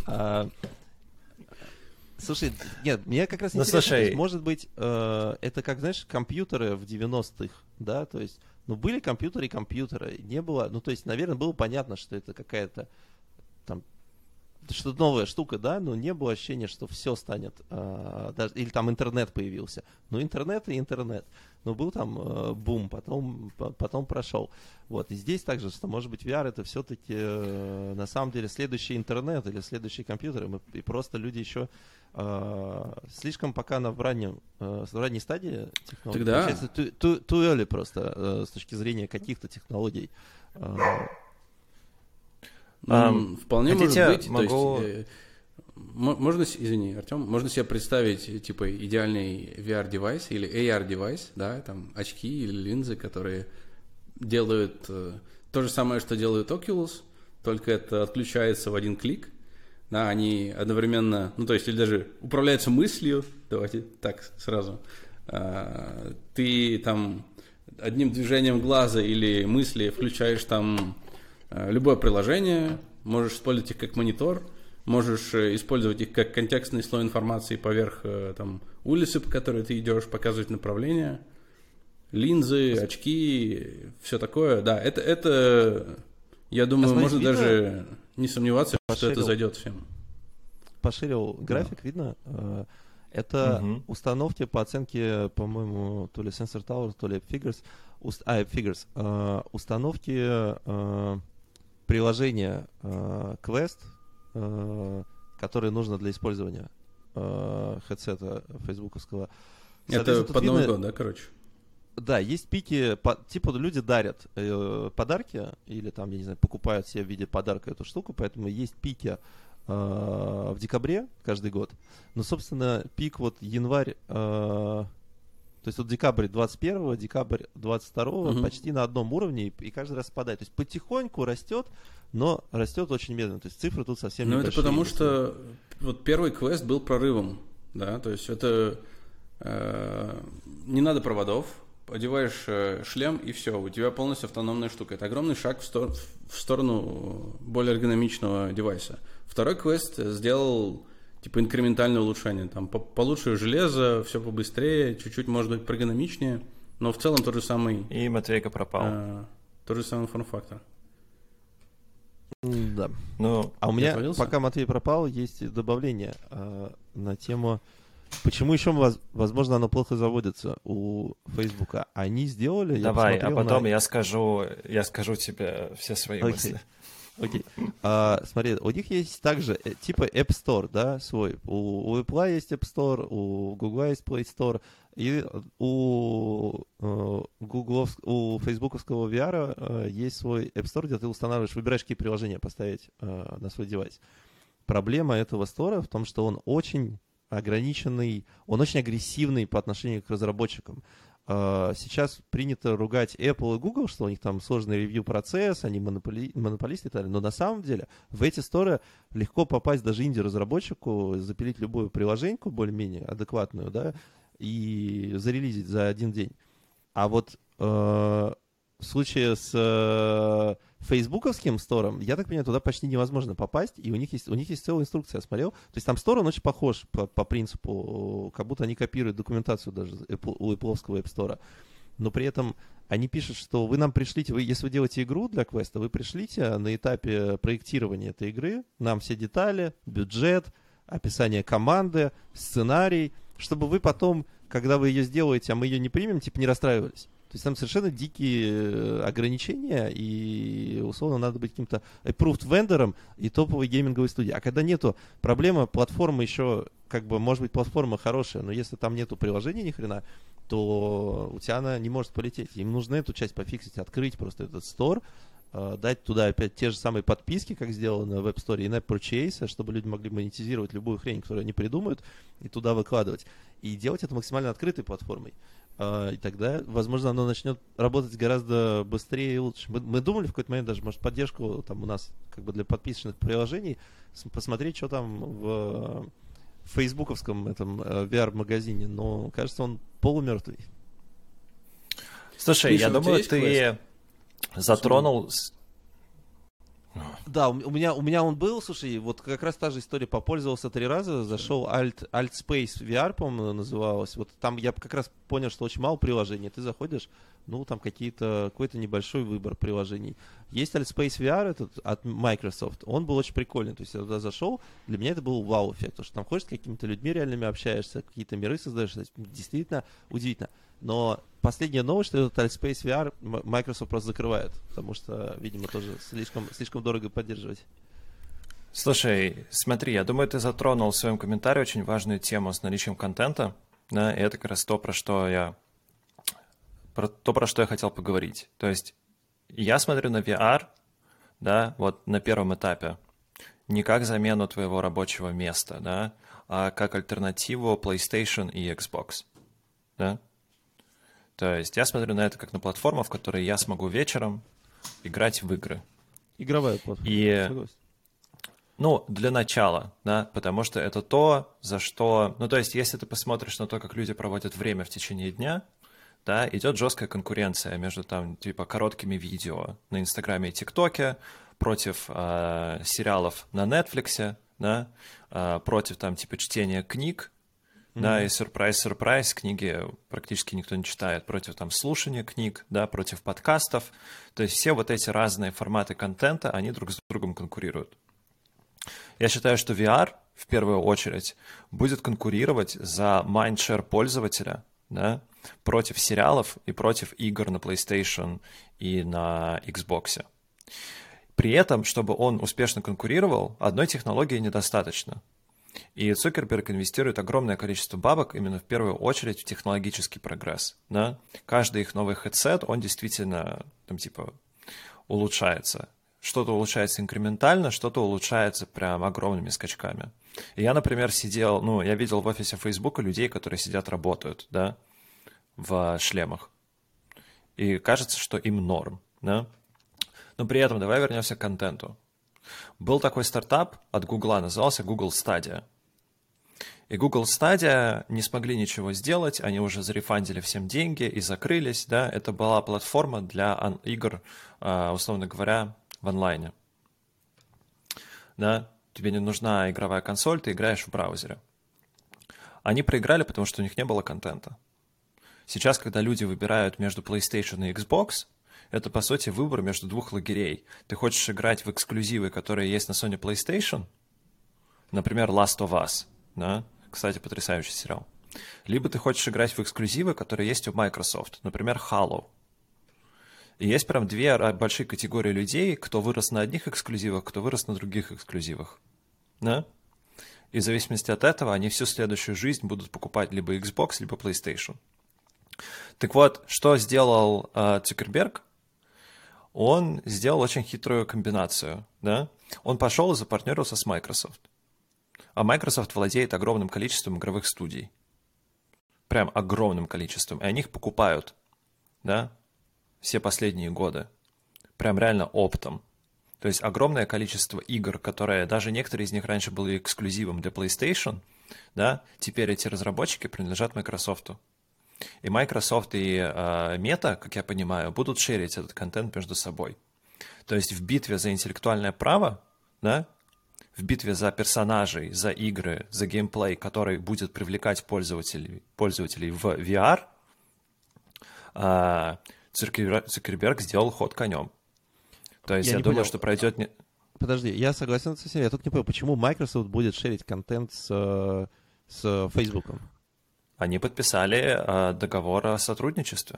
Слушай, нет, мне как раз интересно, слушай, то есть, может быть, это как, знаешь, компьютеры в 90-х, да, то есть, ну, были компьютеры и компьютеры, не было, ну, то есть, наверное, было понятно, что это какая-то там что-то новая штука, да, но не было ощущения, что все станет, даже, или там интернет появился. Ну, интернет и интернет. Но был там бум, потом прошел. Вот, и здесь также, что, может быть, VR это все-таки на самом деле следующий интернет или следующий компьютер, и просто люди еще слишком пока в ранней стадии технологий. Тогда... Получается, too early просто с точки зрения каких-то технологий. Вполне хотите, может быть. могу... То есть, можно, извини, Артем, можно себе представить типа идеальный VR-девайс или AR-девайс, да, там очки или линзы, которые делают то же самое, что делает Oculus, только это отключается в один клик. Да, они одновременно, ну, то есть, или даже управляются мыслью, давайте так сразу. Ты там одним движением глаза или мысли включаешь там любое приложение, можешь использовать их как монитор, можешь использовать их как контекстный слой информации поверх там, улицы, по которой ты идешь, показывать направление, линзы, очки, все такое. Да, это я думаю, можно даже не сомневаться, что это зайдет всем. Поширил график, видно? Это установки по оценке, по-моему, то ли Sensor Tower, то ли Figures. Установки приложения Quest, которое нужно для использования хедсета фейсбуковского. Это под Новый год, да, короче? Да, есть пики, типа люди дарят подарки или там, я не знаю, покупают себе в виде подарка эту штуку, поэтому есть пики в декабре каждый год. Но, собственно, пик вот январь, то есть вот декабрь 21, декабрь 22 почти на одном уровне и каждый раз спадает. То есть потихоньку растет, но растет очень медленно. То есть цифры тут совсем небольшие. Ну, это потому что вот первый квест был прорывом, да, то есть это не надо проводов, одеваешь шлем и все, у тебя полностью автономная штука. Это огромный шаг в сторону более эргономичного девайса. Второй квест сделал типа инкрементальное улучшение. Там получше железо, все побыстрее, чуть-чуть, может быть, эргономичнее, но в целом тот же самый... И Матвейка пропал. Тот же самый форм-фактор. Да. Ну, а у меня, пока Матвей пропал, есть добавление на тему... Почему еще, возможно, оно плохо заводится у Фейсбука? Они сделали... Давай, а потом я скажу тебе все свои мысли. Окей. Смотри, у них есть также типа App Store, да, свой. У Apple есть App Store, у Google есть Play Store, и у фейсбуковского VR есть свой App Store, где ты устанавливаешь, выбираешь, какие приложения поставить на свой девайс. Проблема этого стора в том, что он очень ограниченный, он очень агрессивный по отношению к разработчикам. Сейчас принято ругать Apple и Google, что у них там сложный ревью-процесс, они монополисты и так далее. Но на самом деле в эти сторы легко попасть даже инди-разработчику, запилить любую приложеньку более-менее адекватную, да, и зарелизить за один день. А вот в случае с фейсбуковским стором, я так понимаю, туда почти невозможно попасть, и у них есть целая инструкция, я смотрел. То есть там стор, он очень похож по принципу, как будто они копируют документацию даже у Apple'овского App Store. Но при этом они пишут, что вы нам пришлите, если вы делаете игру для квеста, вы пришлите на этапе проектирования этой игры нам все детали, бюджет, описание команды, сценарий, чтобы вы потом, когда вы ее сделаете, а мы ее не примем, типа не расстраивались. То есть там совершенно дикие ограничения, и условно надо быть каким-то approved вендором и топовой гейминговой студией. А когда нету проблемы, платформа еще, как бы, может быть, платформа хорошая, но если там нету приложения ни хрена, то у тебя она не может полететь. Им нужно эту часть пофиксить, открыть просто этот стор, дать туда опять те же самые подписки, как сделано в App Store, и in-app purchase, чтобы люди могли монетизировать любую хрень, которую они придумают, и туда выкладывать. И делать это максимально открытой платформой. И тогда, возможно, оно начнет работать гораздо быстрее и лучше. Мы думали в какой-то момент даже, может, поддержку там у нас как бы для подписочных приложений, посмотреть, что там в фейсбуковском этом VR-магазине, но, кажется, он полумертвый. Слушай, я думаю, ты затронул... Да, у меня он был, слушай, вот как раз та же история, попользовался 3 раза, зашел Altspace VR, по-моему, называлось, вот там я как раз понял, что очень мало приложений, ты заходишь, ну, там какой-то небольшой выбор приложений. Есть Altspace VR этот от Microsoft, он был очень прикольный, то есть я туда зашел, для меня это был вау-эффект, потому что там ходишь с какими-то людьми реальными, общаешься, какие-то миры создаешь, действительно удивительно. Но последняя новость, что этот Altspace VR Microsoft просто закрывает, потому что, видимо, тоже слишком дорого поддерживать. Слушай, смотри, я думаю, ты затронул в своем комментарии очень важную тему с наличием контента, да, и это как раз то, про что я хотел поговорить. То есть я смотрю на VR, да, вот на первом этапе, не как замену твоего рабочего места, да, а как альтернативу PlayStation и Xbox, да. То есть я смотрю на это как на платформу, в которой я смогу вечером играть в игры. Игровая платформа. И, ну, для начала, да, потому что это то, за что... Ну, то есть если ты посмотришь на то, как люди проводят время в течение дня, да, идет жесткая конкуренция между там, типа, короткими видео на Инстаграме и ТикТоке против сериалов на Нетфликсе, да, против там, типа, чтения книг, да, и сюрприз, книги практически никто не читает, против там слушания книг, да, против подкастов. То есть все вот эти разные форматы контента, они друг с другом конкурируют. Я считаю, что VR в первую очередь будет конкурировать за mindshare пользователя, да, против сериалов и против игр на PlayStation и на Xbox. При этом, чтобы он успешно конкурировал, одной технологии недостаточно. И Цукерберг инвестирует огромное количество бабок именно в первую очередь в технологический прогресс. Да? Каждый их новый хедсет, он действительно там, типа, улучшается. Что-то улучшается инкрементально, что-то улучшается прям огромными скачками. И я, например, я видел в офисе Facebook людей, которые сидят, работают, да, в шлемах. И кажется, что им норм, да. Но при этом давай вернемся к контенту. Был такой стартап от Гугла, назывался Google Stadia. И Google Stadia не смогли ничего сделать, они уже зарефандили всем деньги и закрылись, да. Это была платформа для игр, условно говоря, в онлайне. Да, тебе не нужна игровая консоль, ты играешь в браузере. Они проиграли, потому что у них не было контента. Сейчас, когда люди выбирают между PlayStation и Xbox, это, по сути, выбор между двух лагерей. Ты хочешь играть в эксклюзивы, которые есть на Sony PlayStation, например, Last of Us, да? Кстати, потрясающий сериал. Либо ты хочешь играть в эксклюзивы, которые есть у Microsoft, например, Halo. И есть прям две большие категории людей, кто вырос на одних эксклюзивах, кто вырос на других эксклюзивах. Да? И в зависимости от этого они всю следующую жизнь будут покупать либо Xbox, либо PlayStation. Так вот, что сделал Цукерберг? Он сделал очень хитрую комбинацию. Да? Он пошел и запартнерился с Microsoft. А Microsoft владеет огромным количеством игровых студий. Прям огромным количеством. И они их покупают. Да? Все последние годы. Прям реально оптом. То есть огромное количество игр, которые, даже некоторые из них раньше были эксклюзивом для PlayStation, да, теперь эти разработчики принадлежат Microsoft. И Microsoft и Meta, как я понимаю, будут шерить этот контент между собой. То есть в битве за интеллектуальное право, да, в битве за персонажей, за игры, за геймплей, который будет привлекать пользователей в VR, Цукерберг сделал ход конем. То есть я думаю, что пройдет... Подожди, я согласен со всем. Я только не понял, почему Microsoft будет шерить контент с Facebook? Они подписали договор о сотрудничестве.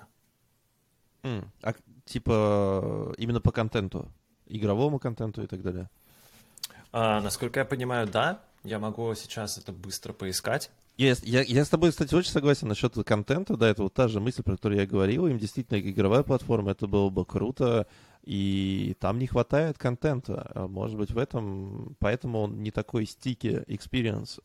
Типа именно по контенту? Игровому контенту и так далее? Насколько я понимаю, да. Я могу сейчас это быстро поискать. Я с тобой, кстати, очень согласен насчет контента. Да, это вот та же мысль, про которую я говорил. Им действительно игровая платформа, это было бы круто. И там не хватает контента. Может быть, поэтому он не такой sticky experience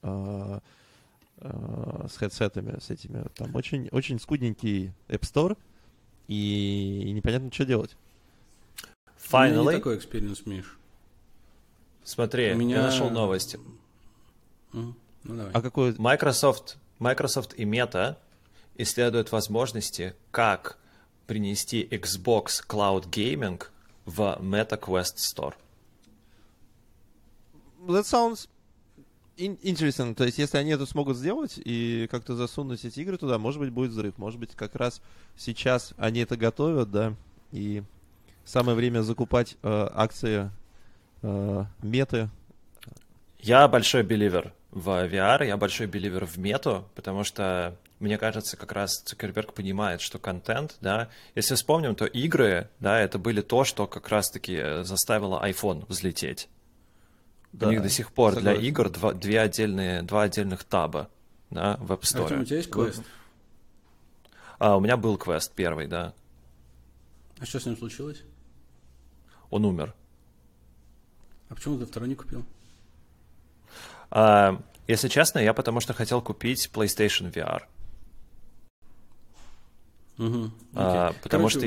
с хедсетами, с этими. Там очень, очень скудненький App Store, и непонятно, что делать. Finally. У меня не такой experience, Миш. Смотри, я нашел новости. Ну, давай. А какой... Microsoft и Meta исследуют возможности, как принести Xbox Cloud Gaming в Meta Quest Store. That sounds interesting. То есть, если они это смогут сделать и как-то засунуть эти игры туда, может быть, будет взрыв. Может быть, как раз сейчас они это готовят, да, и самое время закупать акции меты. Я большой беливер в VR, я большой беливер в мету, потому что, мне кажется, как раз Цукерберг понимает, что контент, да, если вспомним, то игры, да, это были то, что как раз-таки заставило iPhone взлететь. Да, у них до сих пор согласен. Для игр два отдельных таба, да, в App Store. Артем, у тебя есть Quest? У меня был Quest первый, да. А что с ним случилось? Он умер. А почему ты второй не купил? Если честно, я потому что хотел купить PlayStation VR. Потому что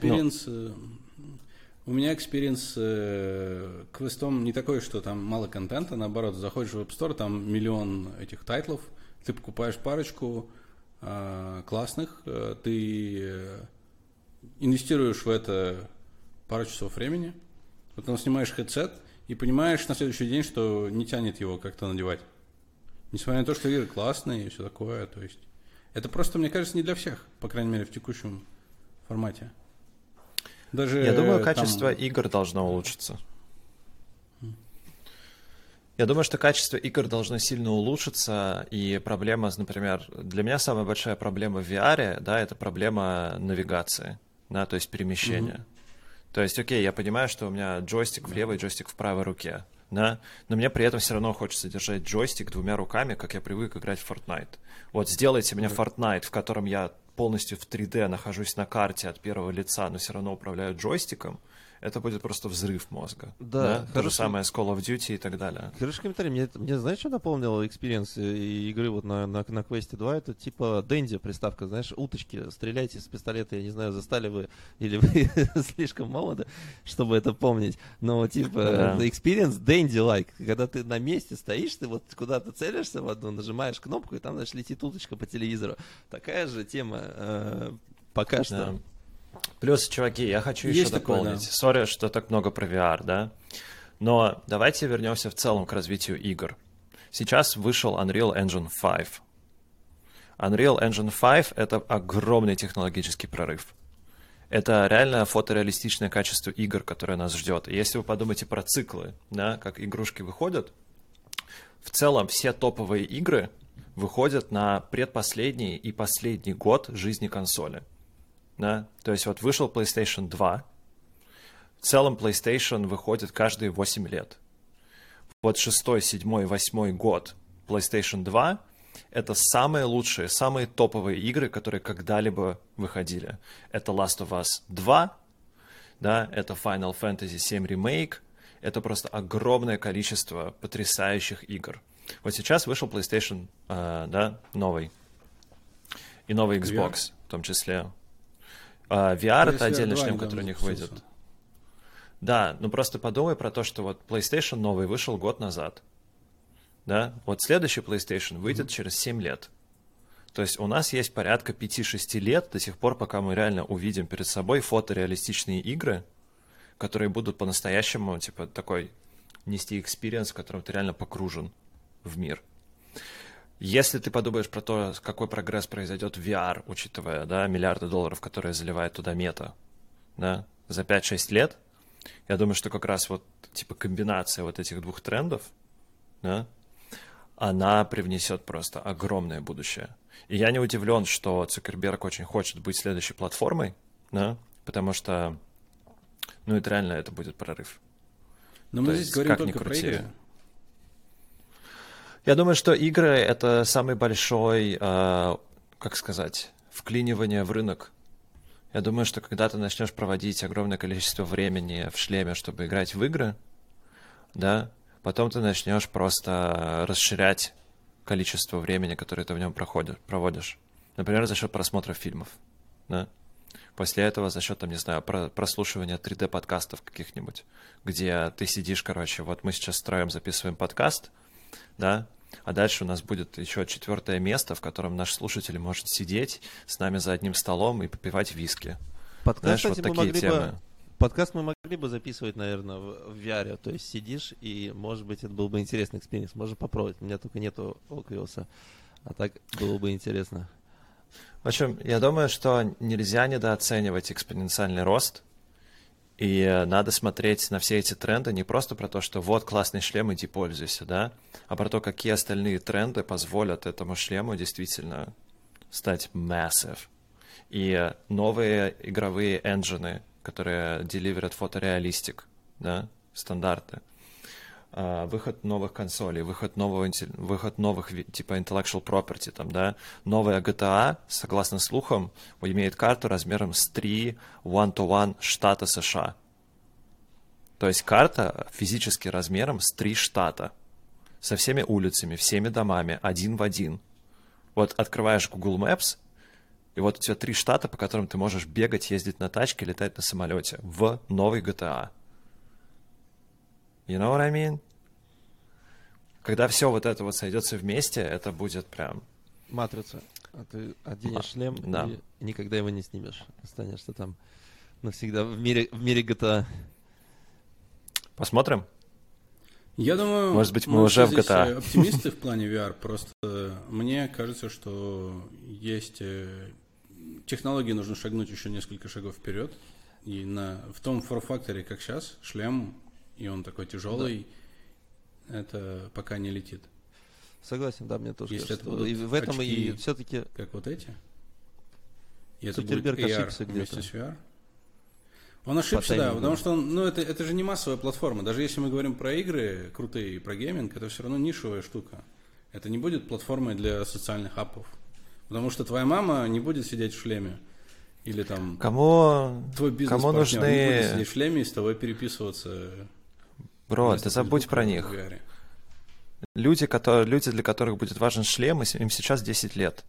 у меня экспириенс с квестом не такой, что там мало контента, наоборот, заходишь в App Store, там миллион этих тайтлов, ты покупаешь парочку классных, ты инвестируешь в это пару часов времени, потом снимаешь хедсет и понимаешь на следующий день, что не тянет его как-то надевать. Несмотря на то, что игры классные и все такое, то есть это просто, мне кажется, не для всех, по крайней мере, в текущем формате. Даже я думаю, качество игр должно улучшиться. Я думаю, что качество игр должно сильно улучшиться, и проблема, например, для меня самая большая проблема в VR, да, это проблема навигации, да, то есть перемещения. То есть, окей, я понимаю, что у меня джойстик в левой, джойстик в правой руке, да, но мне при этом все равно хочется держать джойстик двумя руками, как я привык играть в Fortnite. Вот сделайте мне Fortnite, в котором я полностью в 3D нахожусь на карте от первого лица, но все равно управляю джойстиком, это будет просто взрыв мозга. Да, то же самое с Call of Duty и так далее. Хороший комментарий. Мне знаешь, что напомнил экспириенс игры вот на Quest 2? Это типа Дэнди приставка, знаешь, уточки, стреляйте с пистолета, я не знаю, застали вы или вы слишком молоды, чтобы это помнить, но типа экспириенс Дэнди-лайк, когда ты на месте стоишь, ты вот куда-то целишься в одну, нажимаешь кнопку, и там, значит, летит уточка по телевизору. Такая же тема пока что. Плюс, чуваки, я хочу еще дополнить. Сори, что так много про VR, да? Но давайте вернемся в целом к развитию игр. Сейчас вышел Unreal Engine 5. Unreal Engine 5 — это огромный технологический прорыв. Это реально фотореалистичное качество игр, которое нас ждет. И если вы подумаете про циклы, да, как игрушки выходят, в целом все топовые игры выходят на предпоследний и последний год жизни консоли. Да? То есть вот вышел PlayStation 2, в целом PlayStation выходит каждые 8 лет. Вот 6, 7, 8 год PlayStation 2 — это самые лучшие, самые топовые игры, которые когда-либо выходили. Это Last of Us 2, да? Это Final Fantasy VII Remake, это просто огромное количество потрясающих игр. Вот сейчас вышел PlayStation, да, новый, и новый Xbox в том числе. VR — это отдельный шлем, который у них выйдет. Да, ну просто подумай про то, что вот PlayStation новый вышел год назад. Да? Вот следующий PlayStation выйдет через 7 лет. То есть у нас есть порядка 5-6 лет до тех пор, пока мы реально увидим перед собой фотореалистичные игры, которые будут по-настоящему, типа, такой нести экспириенс, в котором ты реально погружен в мир. Если ты подумаешь про то, какой прогресс произойдет в VR, учитывая, да, миллиарды долларов, которые заливает туда мета, да, за 5-6 лет, я думаю, что как раз вот, типа, комбинация вот этих двух трендов, да, она привнесет просто огромное будущее. И я не удивлен, что Цукерберг очень хочет быть следующей платформой, да, потому что, ну, это реально, это будет прорыв. Но мы здесь говорим только про игры. Я думаю, что игры — это самый большой, как сказать, вклинивание в рынок. Я думаю, что когда ты начнешь проводить огромное количество времени в шлеме, чтобы играть в игры, да, потом ты начнешь просто расширять количество времени, которое ты в нем проводишь. Например, за счет просмотра фильмов, да. После этого за счет, там, не знаю, прослушивания 3D-подкастов каких-нибудь, где ты сидишь, короче, вот мы сейчас строим, записываем подкаст, да, а дальше у нас будет еще 4-е место, в котором наш слушатель может сидеть с нами за одним столом и попивать виски. Подкаст, Знаешь, кстати, вот такие темы. Подкаст мы могли бы записывать, наверное, в VR. То есть сидишь, и, может быть, это был бы интересный экспириенс. Можно попробовать. У меня только нету Oculus. А так было бы интересно. В общем, я думаю, что нельзя недооценивать экспоненциальный рост. И надо смотреть на все эти тренды не просто про то, что вот классный шлем, иди пользуйся, да, а про то, какие остальные тренды позволят этому шлему действительно стать massive. И новые игровые engine, которые деливерят фотореалистик, да, стандарты, выход новых консолей, выход новых типа intellectual property, там, да, новая GTA, согласно слухам, имеет карту размером с 3 one-to-one штата США. То есть карта физически размером с 3 штата, со всеми улицами, всеми домами, один в один. Вот открываешь Google Maps, и вот у тебя 3 штата, по которым ты можешь бегать, ездить на тачке, летать на самолете в новой GTA. You know what I mean? Когда все вот это вот сойдется вместе, это будет прям... Матрица. А ты оденешь шлем да. и никогда его не снимешь. Останешься там навсегда в мире GTA. Посмотрим? Я думаю, может быть, мы уже в GTA. Оптимисты в плане VR. Просто мне кажется, что есть... Технологии нужно шагнуть еще несколько шагов вперед. И в том форм-факторе, как сейчас, шлем, и он такой тяжелый, это пока не летит. Согласен, да, мне тоже Если кажется. это будут И в этом очки, и все-таки... как вот эти. И это будет Цукерберг AR ошибся вместе где-то. с VR. Он ошибся, да, потому что это же не массовая платформа. Даже если мы говорим про игры крутые, про гейминг, это все равно нишевая штука. Это не будет платформой для социальных аппов. Потому что твоя мама не будет сидеть в шлеме. Или там твой бизнес-партнер нужны... не будет сидеть в шлеме и с тобой переписываться. Бро, ты забудь про них. Люди, для которых будет важен шлем, им сейчас 10 лет.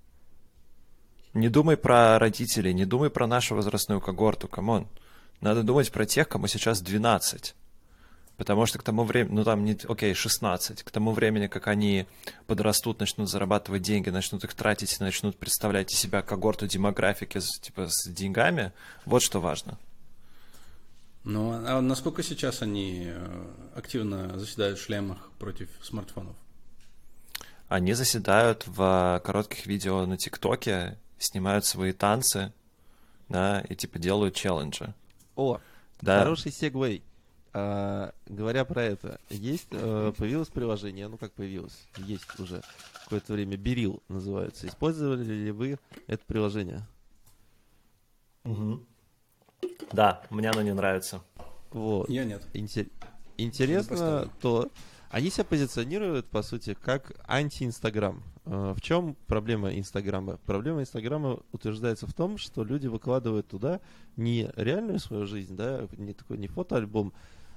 Не думай про родителей, не думай про нашу возрастную когорту, камон. Надо думать про тех, кому сейчас 12. Потому что к тому времени, 16. К тому времени, как они подрастут, начнут зарабатывать деньги, начнут их тратить, начнут представлять из себя когорту демографики с деньгами, вот что важно. Ну, а насколько сейчас они активно заседают в шлемах против смартфонов? Они заседают в коротких видео на ТикТоке, снимают свои танцы, да, и делают челленджи. Да. Хороший сегвей. Говоря про это, появилось приложение, как появилось, есть уже какое-то время, Берил называется. Использовали ли вы это приложение? Угу. Да, мне оно не нравится. Вот. Я нет. Интересно то, они себя позиционируют, по сути, как анти-Инстаграм. В чем проблема Инстаграма? Проблема Инстаграма утверждается в том, что люди выкладывают туда не реальную свою жизнь, да, не фотоальбом,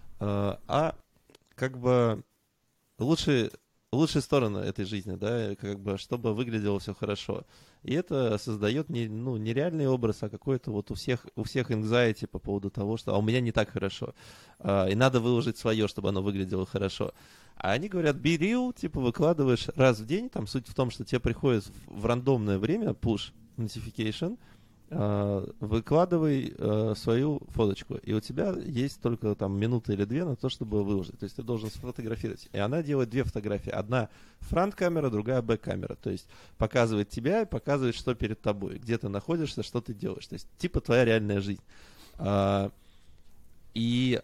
а как бы лучшие стороны этой жизни, да, как бы чтобы выглядело все хорошо. И это создает не реальный образ, а какой-то вот у всех anxiety по поводу того, что у меня не так хорошо. И надо выложить свое, чтобы оно выглядело хорошо. А они говорят, be real, выкладываешь раз в день, там суть в том, что тебе приходит в рандомное время push notification, выкладывай свою фоточку, и у тебя есть только там минута или две на то, чтобы выложить. То есть ты должен сфотографировать. И она делает две фотографии. Одна фронт-камера, другая бэк-камера. То есть показывает тебя и показывает, что перед тобой, где ты находишься, что ты делаешь. То есть твоя реальная жизнь. И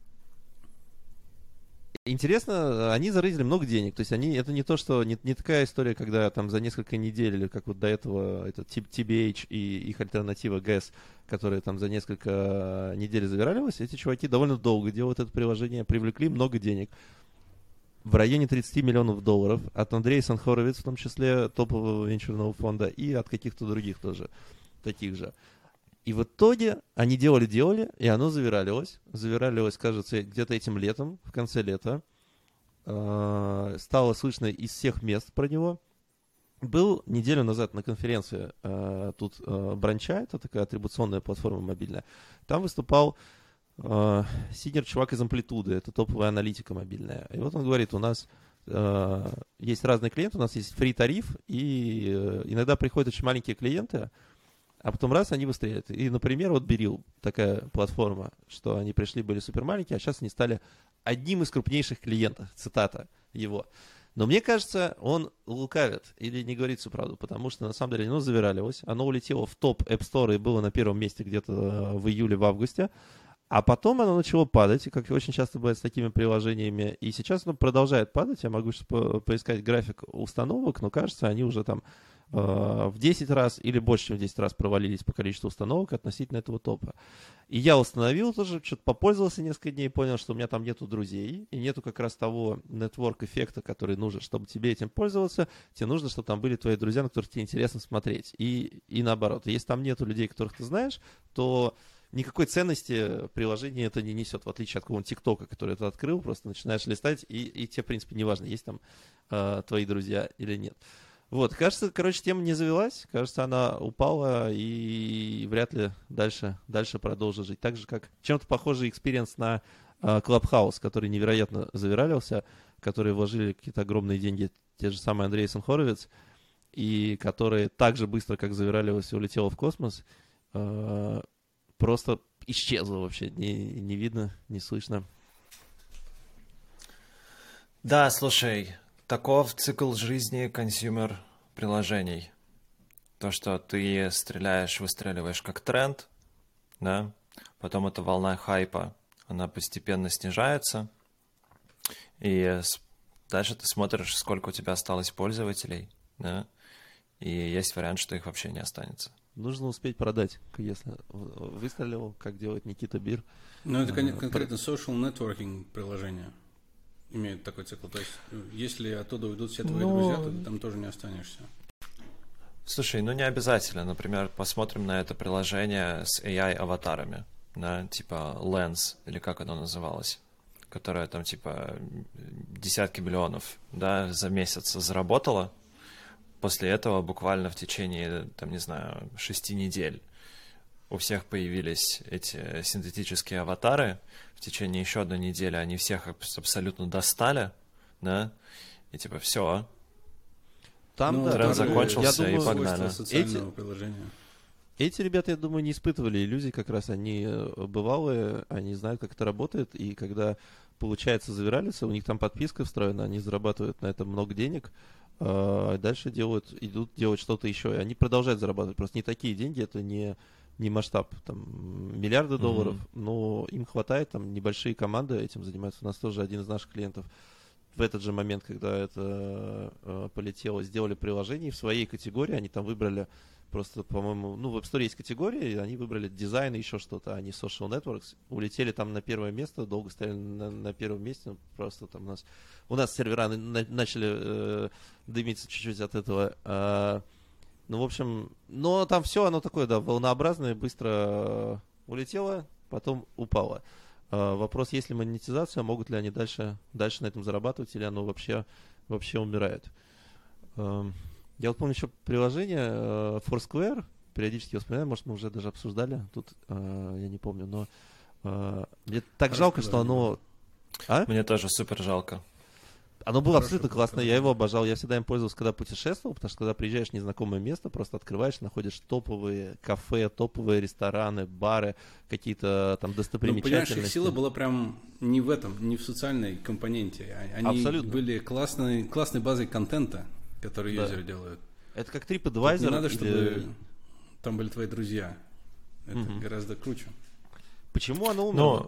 интересно, они зарызили много денег. То есть это не то, что не такая история, когда там за несколько недель, или как вот до этого этот TBH и их альтернатива GAS, которые там за несколько недель завиралились, эти чуваки довольно долго делают это приложение, привлекли много денег. В районе 30 миллионов долларов от Андрея Хоровиц, в том числе топового венчурного фонда, и от каких-то других тоже, таких же. И в итоге они делали, и оно завиралилось. Завиралилось, кажется, где-то этим летом, в конце лета. Стало слышно из всех мест про него. Был неделю назад на конференции тут Бранча, это такая атрибуционная платформа мобильная. Там выступал синер чувак из Амплитуды, это топовая аналитика мобильная. И вот он говорит, у нас есть разные клиенты, у нас есть фри-тариф, и иногда приходят очень маленькие клиенты, а потом раз, они выстреливают. И, например, вот Берил, такая платформа, что они пришли, были супер маленькие, а сейчас они стали одним из крупнейших клиентов, цитата его. Но мне кажется, он лукавит или не говорит всю правду, потому что на самом деле оно завиралилось, оно улетело в топ App Store и было на первом месте где-то в июле, в августе, а потом оно начало падать, как очень часто бывает с такими приложениями, и сейчас оно продолжает падать. Я могу сейчас поискать график установок, но кажется, они уже там в 10 раз или больше, чем в 10 раз провалились по количеству установок относительно этого топа. И я установил тоже, что-то попользовался несколько дней, понял, что у меня там нету друзей, и нету как раз того нетворк-эффекта, который нужен, чтобы тебе этим пользоваться. Тебе нужно, чтобы там были твои друзья, на которых тебе интересно смотреть. И наоборот. Если там нету людей, которых ты знаешь, то никакой ценности приложение это не несет, в отличие от какого-нибудь ТикТока, который ты открыл, просто начинаешь листать, и тебе, в принципе, неважно, есть там твои друзья или нет. Вот, кажется, тема не завелась, кажется, она упала и вряд ли дальше продолжит жить. Так же, как чем-то похожий экспириенс на Clubhouse, который невероятно завиралился, которые вложили какие-то огромные деньги, те же самые Андреессен Хоровиц, и которые так же быстро, как завиралилось, улетело в космос, просто исчезло вообще, не видно, не слышно. Да, слушай, таков цикл жизни консюмер-приложений. То, что ты стреляешь, выстреливаешь как тренд, да, потом эта волна хайпа, она постепенно снижается, и дальше ты смотришь, сколько у тебя осталось пользователей, да, и есть вариант, что их вообще не останется. Нужно успеть продать, если выстрелил, как делает Никита Бир. Ну, это конкретно social networking приложение имеет такой цикл. То есть, если оттуда уйдут все твои друзья, то ты там тоже не останешься. Слушай, не обязательно. Например, посмотрим на это приложение с AI-аватарами, да, типа Lens, или как оно называлось, которое там типа десятки миллионов, да, за месяц заработало. После этого буквально в течение, там, не знаю, 6 недель у всех появились эти синтетические аватары. В течение еще одной недели они всех абсолютно достали, да, и типа все. Там, да, тренд закончился, и погнали. Эти ребята, я думаю, не испытывали иллюзий, как раз они бывалые, они знают, как это работает, и когда получается завиралиться, у них там подписка встроена, они зарабатывают на этом много денег, а дальше идут делать что-то еще, и они продолжают зарабатывать, просто не такие деньги, это не масштаб, там, миллиарды долларов, но им хватает, там, небольшие команды этим занимаются. У нас тоже один из наших клиентов в этот же момент, когда это полетело, сделали приложение, и в своей категории они там выбрали просто, по-моему, в App Store есть категории, они выбрали дизайн и еще что-то, а не social networks, улетели там на первое место, долго стояли на первом месте, просто там у нас сервера начали дымиться чуть-чуть от этого. В общем, но там все, оно такое, да, волнообразное, быстро улетело, потом упало. Вопрос, есть ли монетизация, могут ли они дальше на этом зарабатывать, или оно вообще умирает. Я вот помню еще приложение Foursquare, периодически вспоминаю, может, мы уже даже обсуждали, тут я не помню, но мне так жалко, что оно... Мне тоже супер жалко. Оно было абсолютно классное, я его обожал. Я всегда им пользовался, когда путешествовал, потому что когда приезжаешь в незнакомое место, просто открываешь, находишь топовые кафе, топовые рестораны, бары, какие-то там достопримечательности. Понимаешь, их сила была прям не в этом, не в социальной компоненте. Они абсолютно были классной базой контента, который юзеры делают. Это как TripAdvisor. Тут не надо, чтобы там были твои друзья. Это гораздо круче. Почему оно умерло?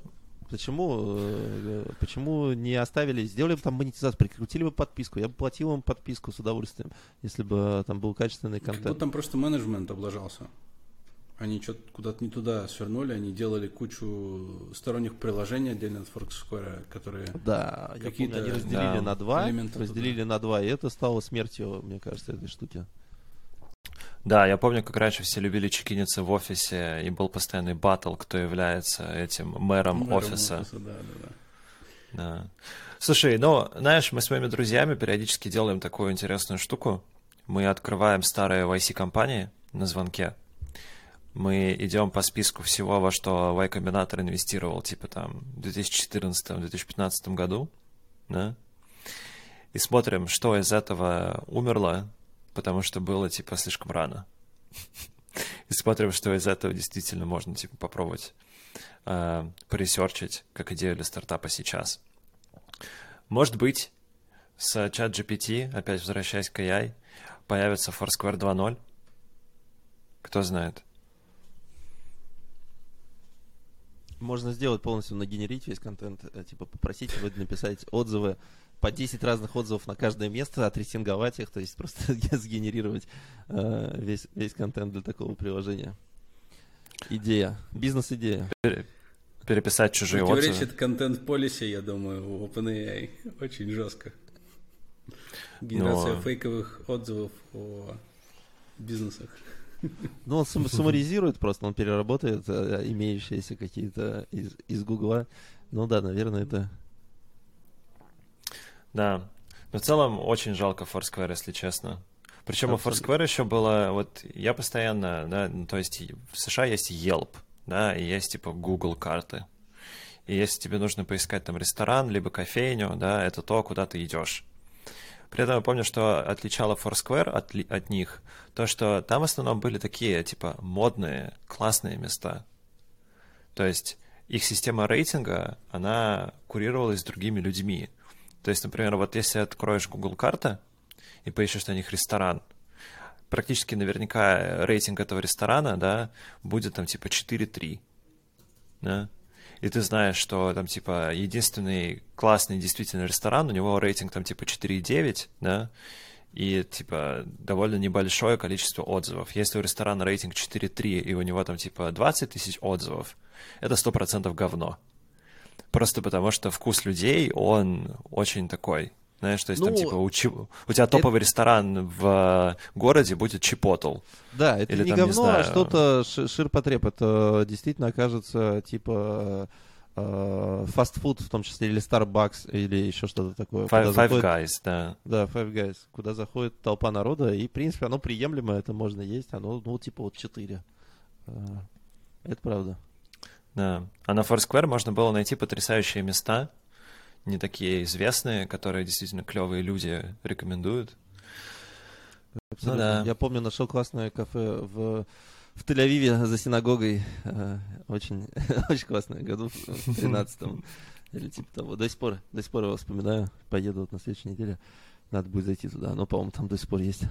Почему не оставили, сделали бы там монетизацию, прикрутили бы подписку, я бы платил им подписку с удовольствием, если бы там был качественный контент. Как будто там просто менеджмент облажался. Они что-то куда-то не туда свернули, они делали кучу сторонних приложений отдельно от Foursquare, которые... Да, я помню, они разделили на два, и это стало смертью, мне кажется, этой штуки. Да, я помню, как раньше все любили чекиниться в офисе, и был постоянный баттл, кто является этим мэром офиса. Да. Слушай, знаешь, мы с моими друзьями периодически делаем такую интересную штуку. Мы открываем старые YC-компании на звонке. Мы идем по списку всего, во что Y Combinator инвестировал, типа там в 2014-2015 году, да? И смотрим, что из этого умерло, потому что было, типа, слишком рано. И и смотрим, что из этого действительно можно типа попробовать поресерчить как идею для стартапа сейчас. Может быть, с ChatGPT, опять возвращаясь к AI, появится Foursquare 2.0. Кто знает. Можно сделать полностью, нагенерить весь контент, типа попросить его написать отзывы, по 10 разных отзывов на каждое место, отрейтинговать их, то есть просто сгенерировать весь контент для такого приложения. Идея, бизнес-идея. Переписать чужие отзывы. Противоречит контент-полиси, я думаю, у OpenAI очень жестко. Генерация фейковых отзывов о бизнесах. Ну, он саммаризирует просто, он переработает имеющиеся какие-то из Гугла. Ну да, наверное, это... Да, но в целом очень жалко Foursquare, если честно. Причем у Foursquare еще было, вот я постоянно, да, ну, то есть в США есть Yelp, да, и есть типа Google карты. И если тебе нужно поискать там ресторан, либо кофейню, да, это то, куда ты идешь. При этом я помню, что отличало Foursquare от них, то, что там в основном были такие, типа, модные, классные места. То есть их система рейтинга, она курировалась другими людьми. То есть, например, вот если откроешь Google карты и поищешь на них ресторан, практически наверняка рейтинг этого ресторана, да, будет там типа 4.3, да, и ты знаешь, что там типа единственный классный действительно ресторан, у него рейтинг там типа 4.9, да, и типа довольно небольшое количество отзывов. Если у ресторана рейтинг 4.3 и у него там типа 20 тысяч отзывов, это 100% говно. Просто потому что вкус людей, он очень такой. Знаешь, то есть там типа у тебя топовый ресторан в городе будет Чипотл. Да, это или, не там, говно, не знаю, а что-то ширпотреб. Это действительно окажется типа фастфуд, в том числе, или Starbucks, или еще что-то такое. Five Guys, да. Да, Five Guys, куда заходит толпа народа, и, в принципе, оно приемлемо, это можно есть, оно, ну, типа вот 4. Это правда. Да. А на Foursquare можно было найти потрясающие места, не такие известные, которые действительно клевые люди рекомендуют. Абсолютно. Ну, да. Я помню, нашел классное кафе в Тель-Авиве за синагогой. Очень, очень классное, году в 13-м. Или типа того. До сих пор его вспоминаю. Поеду вот на следующей неделе. Надо будет зайти туда. Но, по-моему, там до сих пор есть.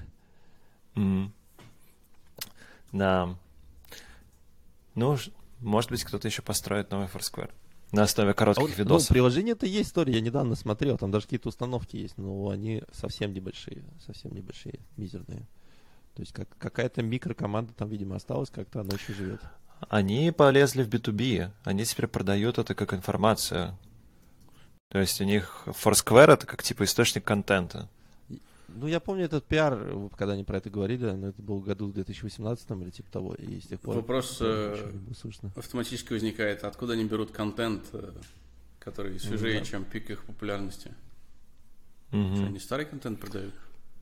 Да. Ну, может быть, кто-то еще построит новый Foursquare. На основе коротких видосов. Ну, приложение-то есть, история, я недавно смотрел, там даже какие-то установки есть, но они совсем небольшие, мизерные. То есть какая-то микрокоманда там, видимо, осталась, как-то она еще живет. Они полезли в B2B, они теперь продают это как информацию. То есть у них Foursquare это как типа источник контента. Ну, я помню этот пиар, когда они про это говорили, но это был в году 2018 или типа того, и с тех пор... Вопрос автоматически возникает, откуда они берут контент, который свежее, чем пик их популярности? Что, они старый контент продают?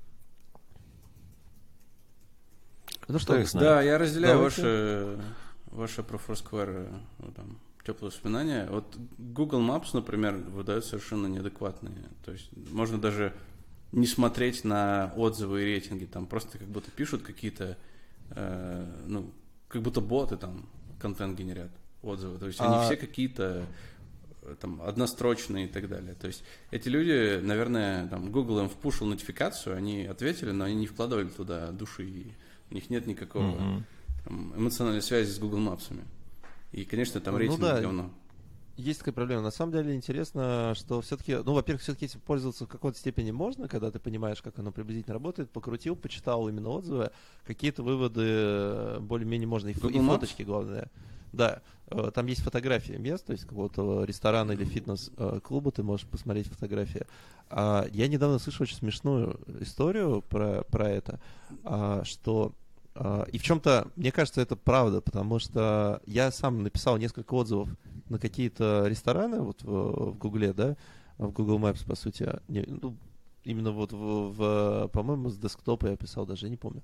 Ну что, да, я разделяю ваше про Foursquare там, теплые воспоминания. Вот Google Maps, например, выдает совершенно неадекватные. То есть можно даже не смотреть на отзывы и рейтинги, там просто как будто пишут какие-то, как будто боты там контент генерят, отзывы. То есть они все какие-то там однострочные и так далее. То есть эти люди, наверное, там Google им впушил нотификацию, они ответили, но они не вкладывали туда души, и у них нет никакого там, эмоциональной связи с Google Maps. И, конечно, там рейтинг говно. Есть такая проблема. На самом деле интересно, что все-таки, ну, во-первых, все-таки этим пользоваться в какой-то степени можно, когда ты понимаешь, как оно приблизительно работает, покрутил, почитал именно отзывы, какие-то выводы более-менее можно, и фоточки, главное. Да, там есть фотографии мест, то есть какого-то ресторана или фитнес-клуба, ты можешь посмотреть фотографии. Я недавно слышал очень смешную историю про это, что... И в чем-то, мне кажется, это правда, потому что я сам написал несколько отзывов на какие-то рестораны вот в Гугле, да, в Google Maps, по сути, именно вот по-моему, с десктопа я писал, даже не помню.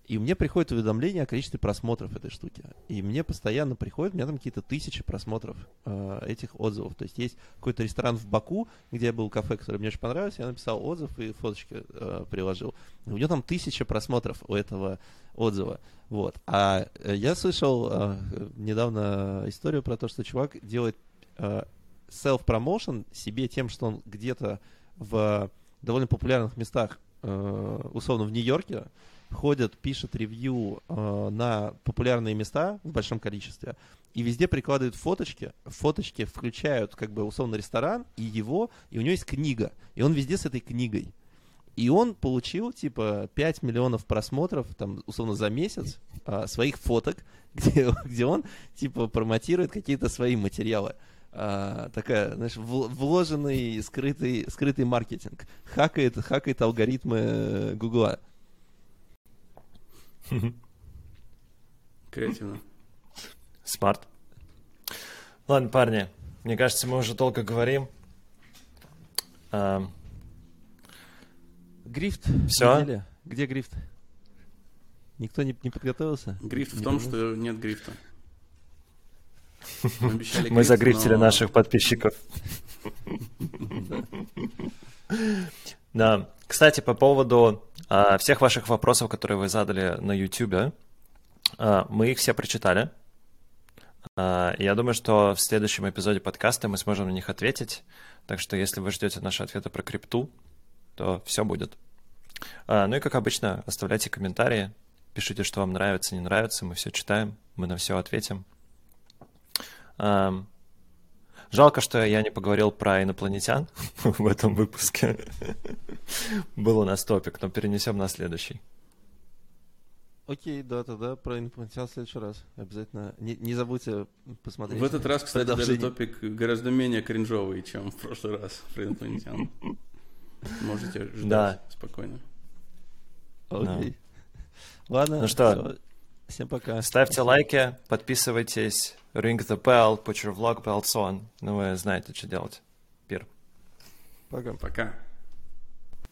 И мне приходит уведомление о количестве просмотров этой штуки. И мне постоянно приходит, у меня там какие-то 1000 просмотров этих отзывов. То есть есть какой-то ресторан в Баку, где я был, кафе, который мне очень понравился, я написал отзыв и фоточки приложил. И у него там 1000 просмотров у этого отзыва. Вот. А я слышал недавно историю про то, что чувак делает self-promotion себе тем, что он где-то в довольно популярных местах, условно в Нью-Йорке, ходит, пишет ревью на популярные места в большом количестве и везде прикладывает фоточки. Фоточки включают как бы условно ресторан и его, и у него есть книга. И он везде с этой книгой. И он получил типа 5 миллионов просмотров там условно за месяц своих фоток, где он типа промотирует какие-то свои материалы. Такая, знаешь, вложенный скрытый маркетинг. Хакает алгоритмы Гугла. Креативно. Смарт. Ладно, парни, мне кажется, мы уже долго говорим. Грифт. Все? Недели. Где грифт? Никто не подготовился? Грифт в том, что нет грифта. Мы загрифтили наших подписчиков. Да. Кстати, по поводу всех ваших вопросов, которые вы задали на YouTube, мы их все прочитали. Я думаю, что в следующем эпизоде подкаста мы сможем на них ответить. Так что, если вы ждете наши ответы про крипту, то все будет. Ну и, как обычно, оставляйте комментарии, пишите, что вам нравится, не нравится, мы все читаем, мы на все ответим. Жалко, что я не поговорил про инопланетян в этом выпуске. Был у нас топик, но перенесем на следующий. Окей, да, тогда про инопланетян в следующий раз. Обязательно. Не забудьте посмотреть. В этот раз, кстати, даже топик гораздо менее кринжовый, чем в прошлый раз про инопланетян. Можете ждать спокойно. Окей. Ладно. Ну что, всем пока. Ставьте лайки, подписывайтесь, ring the bell, put your vlog belts on. Ну, вы знаете, что делать. Пир. Пока.